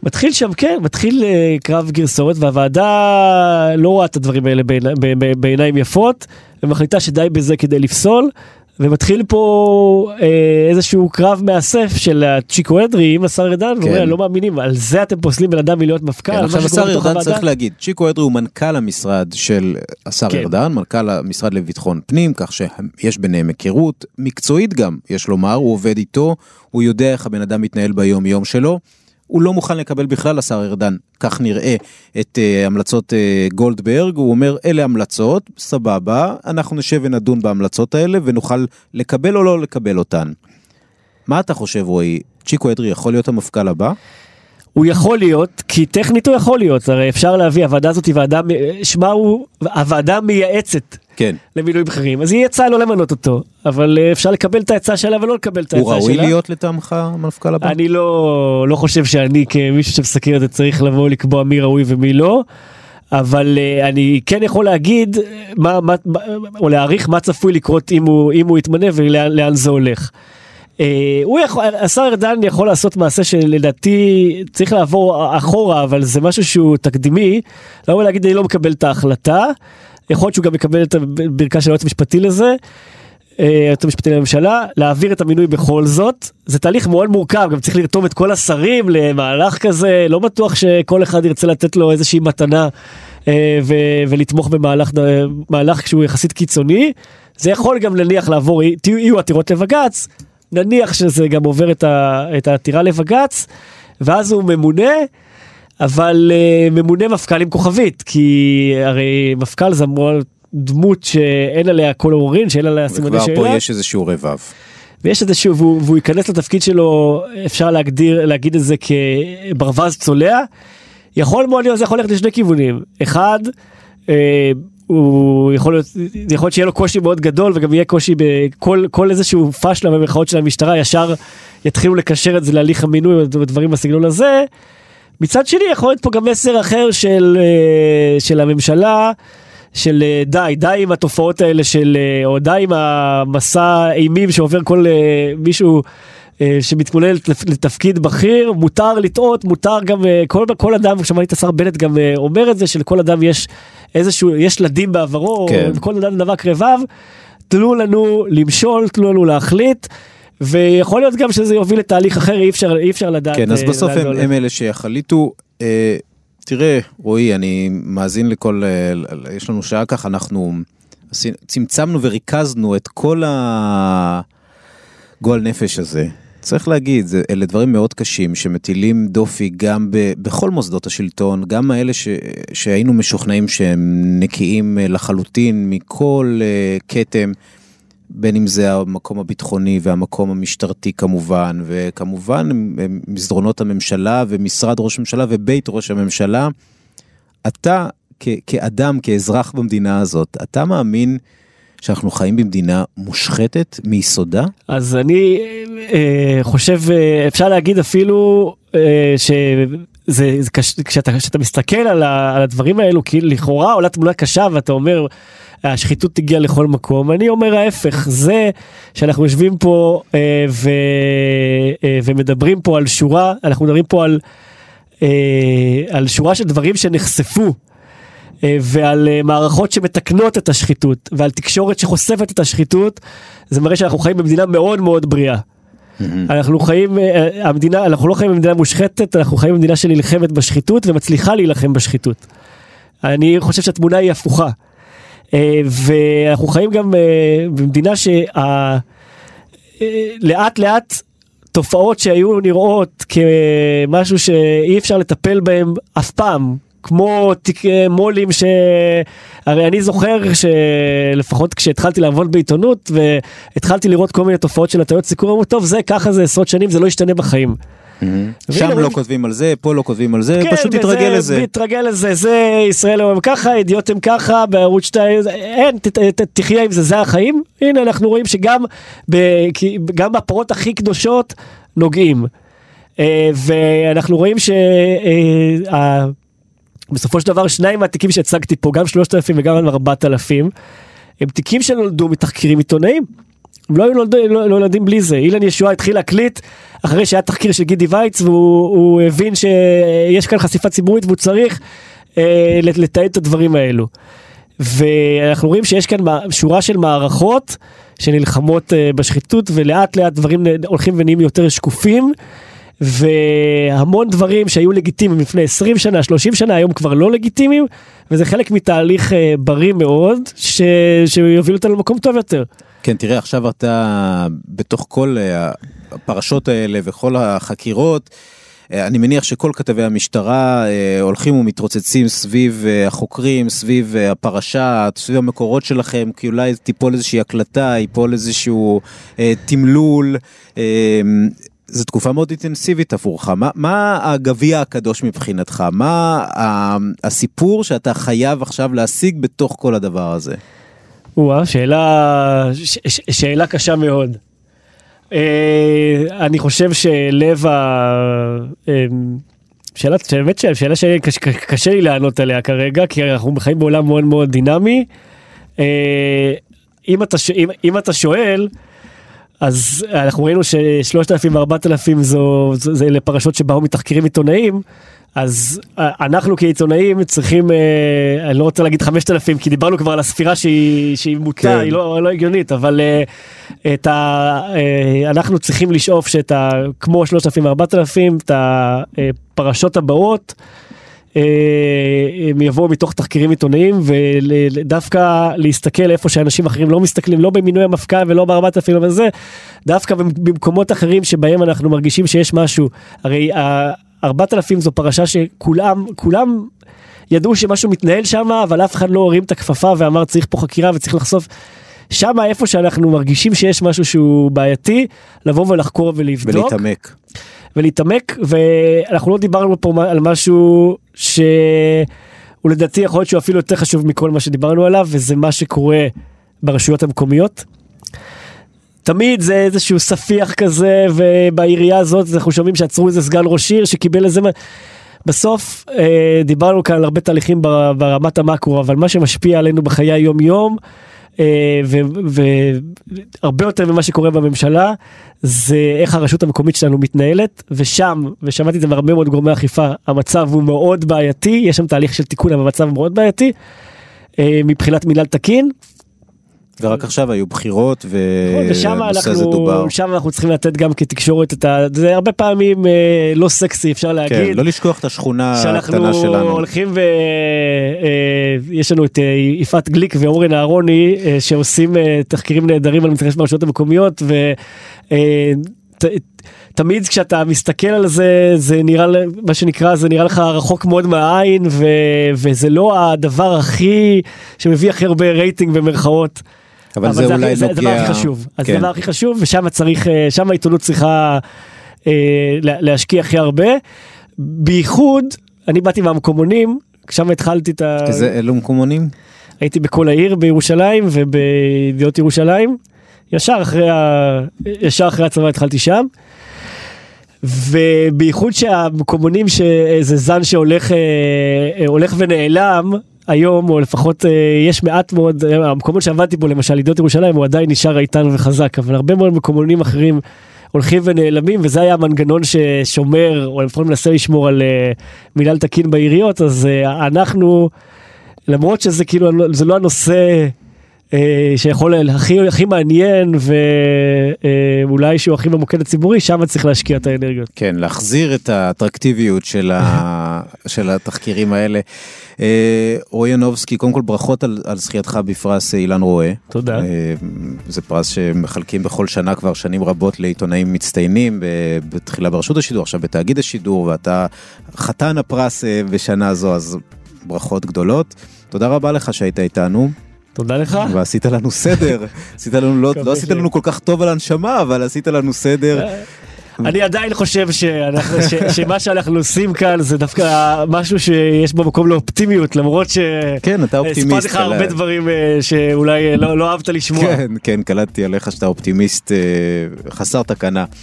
מתחיל שם, כן, מתחיל uh, קרב גרסורת, והוועדה לא רואה את הדברים האלה בעיני, בעיניים יפות, ומחליטה שדי בזה כדי לפסול, ומתחיל פה אה, איזשהו קרב מאסף של צ'יקו אדרי עם השר ארדן, כן. ואומר, לא מאמינים, על זה אתם פוסלים בן אדם מלהיות מפכ"ל. כן, עכשיו השר ארדן צריך להגיד, צ'יקו אדרי הוא מנכ"ל המשרד של השר כן. ארדן, מנכ"ל המשרד לביטחון פנים, כך שיש ביניהם היכרות, מקצועית גם, יש לומר, הוא עובד איתו, הוא יודע איך הבן אדם מתנהל ביום יום שלו, הוא לא מוכן לקבל בכלל השר ארדן, כך נראה את uh, המלצות uh, גולדברג, הוא אומר, אלה המלצות, סבבה, אנחנו נשב ונדון בהמלצות האלה, ונוכל לקבל או לא לקבל אותן. מה אתה חושב, רועי? צ'יקו אדרי יכול להיות המפכ"ל הבא? הוא יכול להיות, כי טכנית הוא יכול להיות, הרי אפשר להביא, הוועדה הזאת היא ועדה, שמה הוא, הוועדה מייעצת. כן. למילוי בכירים, אז היא יצאה לא למנות אותו, אבל אפשר לקבל את ההצעה שלה ולא לקבל את ההצעה שלה. הוא ראוי להיות לטעמך המפכ"ל הבא? אני לא, לא חושב שאני כמישהו שמסקר את זה צריך לבוא לקבוע מי ראוי ומי לא, אבל אני כן יכול להגיד, מה, מה, או להעריך מה צפוי לקרות אם הוא, אם הוא יתמנה ולאן זה הולך. הוא יכול, השר ארדן יכול לעשות מעשה שלדעתי צריך לעבור אחורה, אבל זה משהו שהוא תקדימי, לא להגיד אני לא מקבל את ההחלטה, יכול להיות שהוא גם מקבל את הברכת של היועץ המשפטי לזה, היועץ המשפטי לממשלה, להעביר את המינוי בכל זאת, זה תהליך מאוד מורכב, גם צריך לרתום את כל השרים למהלך כזה, לא בטוח שכל אחד ירצה לתת לו איזושהי מתנה, ו- ולתמוך במהלך מהלך כשהוא יחסית קיצוני, זה יכול גם נניח לעבור, יהיו עתירות לבגץ, נניח שזה גם עובר את, ה- את העתירה לבגץ, ואז הוא ממונה, אבל uh, ממונה מפכ"ל עם כוכבית, כי הרי מפכ"ל זה דמות שאין עליה כל עוררין, שאין עליה סימני שאלה. וכבר פה יש איזשהו רבב. ויש איזשהו, והוא, והוא ייכנס לתפקיד שלו, אפשר להגדיר, להגיד את זה כברווז צולע, יכול מאוד להיות, זה יכול ללכת לשני כיוונים. אחד, אה, הוא יכול להיות, יכול להיות שיהיה לו קושי מאוד גדול, וגם יהיה קושי בכל כל איזשהו פשלה במרכאות של המשטרה, ישר יתחילו לקשר את זה להליך המינוי, ודברים בסגנון הזה. מצד שני, יכול להיות פה גם מסר אחר של, של הממשלה, של די, די עם התופעות האלה של, או די עם המסע אימים שעובר כל מישהו שמתכונן לתפקיד בכיר, מותר לטעות, מותר גם, כל, כל אדם, שמעתי את השר בנט גם אומר את זה, שלכל אדם יש איזשהו, יש לדים בעברו, כן. כל אדם דבק רבב, תנו לנו למשול, תנו לנו להחליט, ויכול להיות גם שזה יוביל לתהליך אחר, אי אפשר, אי אפשר לדעת. כן, אז בסוף הם, הם אלה שיחליטו, אה, תראה, רועי, אני מאזין לכל, אה, יש לנו שעה כך, אנחנו צמצמנו וריכזנו את כל הגועל נפש הזה. צריך להגיד, זה, אלה דברים מאוד קשים, שמטילים דופי גם ב, בכל מוסדות השלטון, גם האלה ש, שהיינו משוכנעים שהם נקיים לחלוטין מכל אה, קטם, בין אם זה המקום הביטחוני והמקום המשטרתי כמובן, וכמובן מסדרונות הממשלה ומשרד ראש הממשלה ובית ראש הממשלה. אתה כ- כאדם, כאזרח במדינה הזאת, אתה מאמין שאנחנו חיים במדינה מושחתת מיסודה? אז אני אה, חושב, אפשר להגיד אפילו אה, שזה, זה, כשאתה, כשאתה מסתכל על, ה, על הדברים האלו, כי לכאורה עולה תמונה קשה ואתה אומר, השחיתות תגיע לכל מקום. אני אומר ההפך, זה שאנחנו יושבים פה אה, ו, אה, ומדברים פה על שורה, אנחנו מדברים פה על, אה, על שורה של דברים שנחשפו, אה, ועל אה, מערכות שמתקנות את השחיתות, ועל תקשורת שחושפת את השחיתות, זה מראה שאנחנו חיים במדינה מאוד מאוד בריאה. Mm-hmm. אנחנו חיים, אה, המדינה, אנחנו לא חיים במדינה מושחתת, אנחנו חיים במדינה שנלחמת בשחיתות, ומצליחה להילחם בשחיתות. אני חושב שהתמונה היא הפוכה. ואנחנו חיים גם במדינה שלאט לאט תופעות שהיו נראות כמשהו שאי אפשר לטפל בהם אף פעם, כמו מולים שהרי אני זוכר שלפחות כשהתחלתי לעבוד בעיתונות והתחלתי לראות כל מיני תופעות של הטעויות סיקור, אמרו טוב זה ככה זה עשרות שנים, זה לא ישתנה בחיים. שם לא כותבים על זה, פה לא כותבים על זה, פשוט תתרגל לזה. תתרגל לזה, זה ישראל הם ככה, ידיעות הם ככה, בערוץ שתיים, אין, תחיה עם זה, זה החיים. הנה אנחנו רואים שגם גם בפרות הכי קדושות נוגעים. ואנחנו רואים שבסופו של דבר שניים מהתיקים שהצגתי פה, גם שלושת אלפים וגם ארבעת אלפים, הם תיקים שנולדו מתחקירים עיתונאים. הם לא היו נולדים בלי זה. אילן ישועה התחיל להקליט אחרי שהיה תחקיר של גידי וייץ, והוא הבין שיש כאן חשיפה ציבורית, והוא צריך לתעד את הדברים האלו. ואנחנו רואים שיש כאן שורה של מערכות שנלחמות בשחיתות, ולאט לאט דברים הולכים ונהיים יותר שקופים, והמון דברים שהיו לגיטימיים לפני עשרים שנה, שלושים שנה, היום כבר לא לגיטימיים, וזה חלק מתהליך בריא מאוד, ש... שיוביל אותנו למקום טוב יותר. כן, תראה, עכשיו אתה בתוך כל הפרשות האלה וכל החקירות, אני מניח שכל כתבי המשטרה הולכים ומתרוצצים סביב החוקרים, סביב הפרשה, סביב המקורות שלכם, כי אולי תיפול איזושהי הקלטה, ייפול איזשהו תמלול, זו תקופה מאוד אינטנסיבית עבורך. מה, מה הגביע הקדוש מבחינתך? מה הסיפור שאתה חייב עכשיו להשיג בתוך כל הדבר הזה? וואו, שאלה, ש, ש, שאלה קשה מאוד. אני חושב שלב ה... שאלה, באמת שאלה שקשה לי לענות עליה כרגע, כי אנחנו חיים בעולם מאוד מאוד דינמי. אם אתה, אם, אם אתה שואל, אז אנחנו ראינו ש-שלושת אלפים וארבעת אלפים זו, זה לפרשות שבאו מתחקירים עיתונאים, אז אנחנו כעיתונאים צריכים, אני לא רוצה להגיד חמשת אלפים, כי דיברנו כבר על הספירה שהיא, שהיא מוטה, כן. היא לא, לא הגיונית, אבל את ה, אנחנו צריכים לשאוף שאת ה, כמו שלושת אלפים וארבעת אלפים, את הפרשות הבאות, הם יבואו מתוך תחקירים עיתונאים, ודווקא להסתכל איפה שאנשים אחרים לא מסתכלים, לא במינוי המפכ"ל ולא בארבעת אלפים וזה, דווקא במקומות אחרים שבהם אנחנו מרגישים שיש משהו. הרי ארבעת אלפים זו פרשה שכולם, כולם ידעו שמשהו מתנהל שם, אבל אף אחד לא הרים את הכפפה ואמר צריך פה חקירה וצריך לחשוף. שם איפה שאנחנו מרגישים שיש משהו שהוא בעייתי, לבוא ולחקור ולבדוק. ולהתעמק. ולהתעמק, ואנחנו לא דיברנו פה על משהו שהוא לדעתי יכול להיות שהוא אפילו יותר חשוב מכל מה שדיברנו עליו, וזה מה שקורה ברשויות המקומיות. תמיד זה איזשהו ספיח כזה, ובעירייה הזאת אנחנו שומעים שעצרו איזה סגן ראש עיר שקיבל איזה... בסוף דיברנו כאן על הרבה תהליכים ברמת המקרו, אבל מה שמשפיע עלינו בחיי היום יום, והרבה יותר ממה שקורה בממשלה, זה איך הרשות המקומית שלנו מתנהלת, ושם, ושמעתי את זה מהרבה מאוד גורמי אכיפה, המצב הוא מאוד בעייתי, יש שם תהליך של תיקון, אבל המצב הוא מאוד בעייתי, מבחינת מינהל תקין, ורק עכשיו היו בחירות ונושא זה דובר. שם אנחנו צריכים לתת גם כתקשורת את ה... זה הרבה פעמים לא סקסי, אפשר להגיד. כן, לא לשכוח את השכונה הקטנה שלנו. שאנחנו הולכים ויש לנו את יפעת גליק ואורן אהרוני שעושים תחקירים נהדרים על מתרחש ברשויות המקומיות, ותמיד כשאתה מסתכל על זה, זה נראה, מה שנקרא, זה נראה לך רחוק מאוד מהעין, וזה לא הדבר הכי, שמביא הכי הרבה רייטינג במרכאות. אבל, אבל זה, זה אולי הכי, נוגע... זה הדבר הכי חשוב. אז כן. זה הדבר הכי חשוב, ושם צריך, שם העיתונות צריכה אה, להשקיע הכי הרבה. בייחוד, אני באתי מהמקומונים, שם התחלתי את ה... איזה אלו מקומונים? הייתי בכל העיר בירושלים, ובידיעות ירושלים. ישר אחרי, ה... ישר אחרי הצבא התחלתי שם. ובייחוד שהמקומונים שזה זן שהולך הולך ונעלם היום, או לפחות יש מעט מאוד, המקומות שעבדתי בו למשל, ידיעות ירושלים, הוא עדיין נשאר איתן וחזק, אבל הרבה מאוד מקומונים אחרים הולכים ונעלמים, וזה היה המנגנון ששומר, או לפחות מנסה לשמור על מינהל תקין בעיריות, אז אנחנו, למרות שזה כאילו, זה לא הנושא שיכול הכי, הכי מעניין ואולי שהוא הכי במוקד הציבורי, שם צריך להשקיע את האנרגיות. כן, להחזיר את האטרקטיביות של, ה... של התחקירים האלה. רועי ינובסקי, קודם כל ברכות על, על זכייתך בפרס אילן רואה. תודה. זה פרס שמחלקים בכל שנה כבר שנים רבות לעיתונאים מצטיינים, בתחילה ברשות השידור, עכשיו בתאגיד השידור, ואתה חתן הפרס בשנה זו, אז ברכות גדולות. תודה רבה לך שהיית איתנו. תודה לך. ועשית לנו סדר, עשית לנו, לא, לא עשית לנו כל כך טוב על הנשמה, אבל עשית לנו סדר. אני עדיין חושב שאנחנו, ש, שמה שאנחנו עושים כאן זה דווקא משהו שיש בו מקום לאופטימיות, למרות ש... כן, אתה אופטימיסט. ספרתי לך הרבה דברים שאולי לא, לא אהבת לשמוע. כן, כן, קלטתי עליך שאתה אופטימיסט חסר תקנה.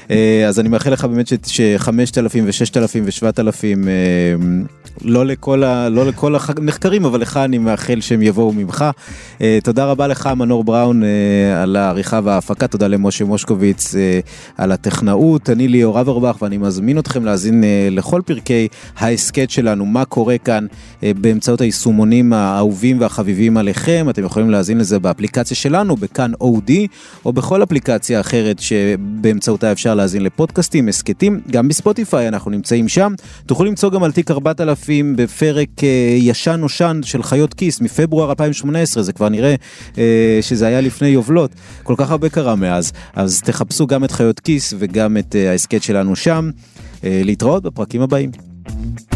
אז אני מאחל לך באמת ש-חמשת אלפים ו-ששת אלפים ו-שבעת אלפים, לא לכל ה- לא לכל הנחקרים, אבל לך אני מאחל שהם יבואו ממך. תודה רבה לך, מנור בראון, על העריכה וההפקה, תודה למשה מושקוביץ על הטכנאות, אני ליאור אברבך, ואני מזמין אתכם להאזין לכל פרקי ההסקט שלנו, מה קורה כאן באמצעות היישומונים האהובים והחביבים עליכם. אתם יכולים להאזין לזה באפליקציה שלנו, בכאן אודי, או בכל אפליקציה אחרת שבאמצעותה אפשר להאזין לפודקאסטים, הסקטים, גם בספוטיפיי אנחנו נמצאים שם. תוכלו למצוא גם על תיק ארבעת אלפים בפרק ישן נושן של חיות כיס מפברואר אלפיים שמונה עשרה, זה כבר נראה שזה היה לפני יובלות, כל כך הרבה קרה מאז, אז תחפשו גם את חיות כיס וגם את ההסקט שלנו שם. להתראות בפרקים הבאים.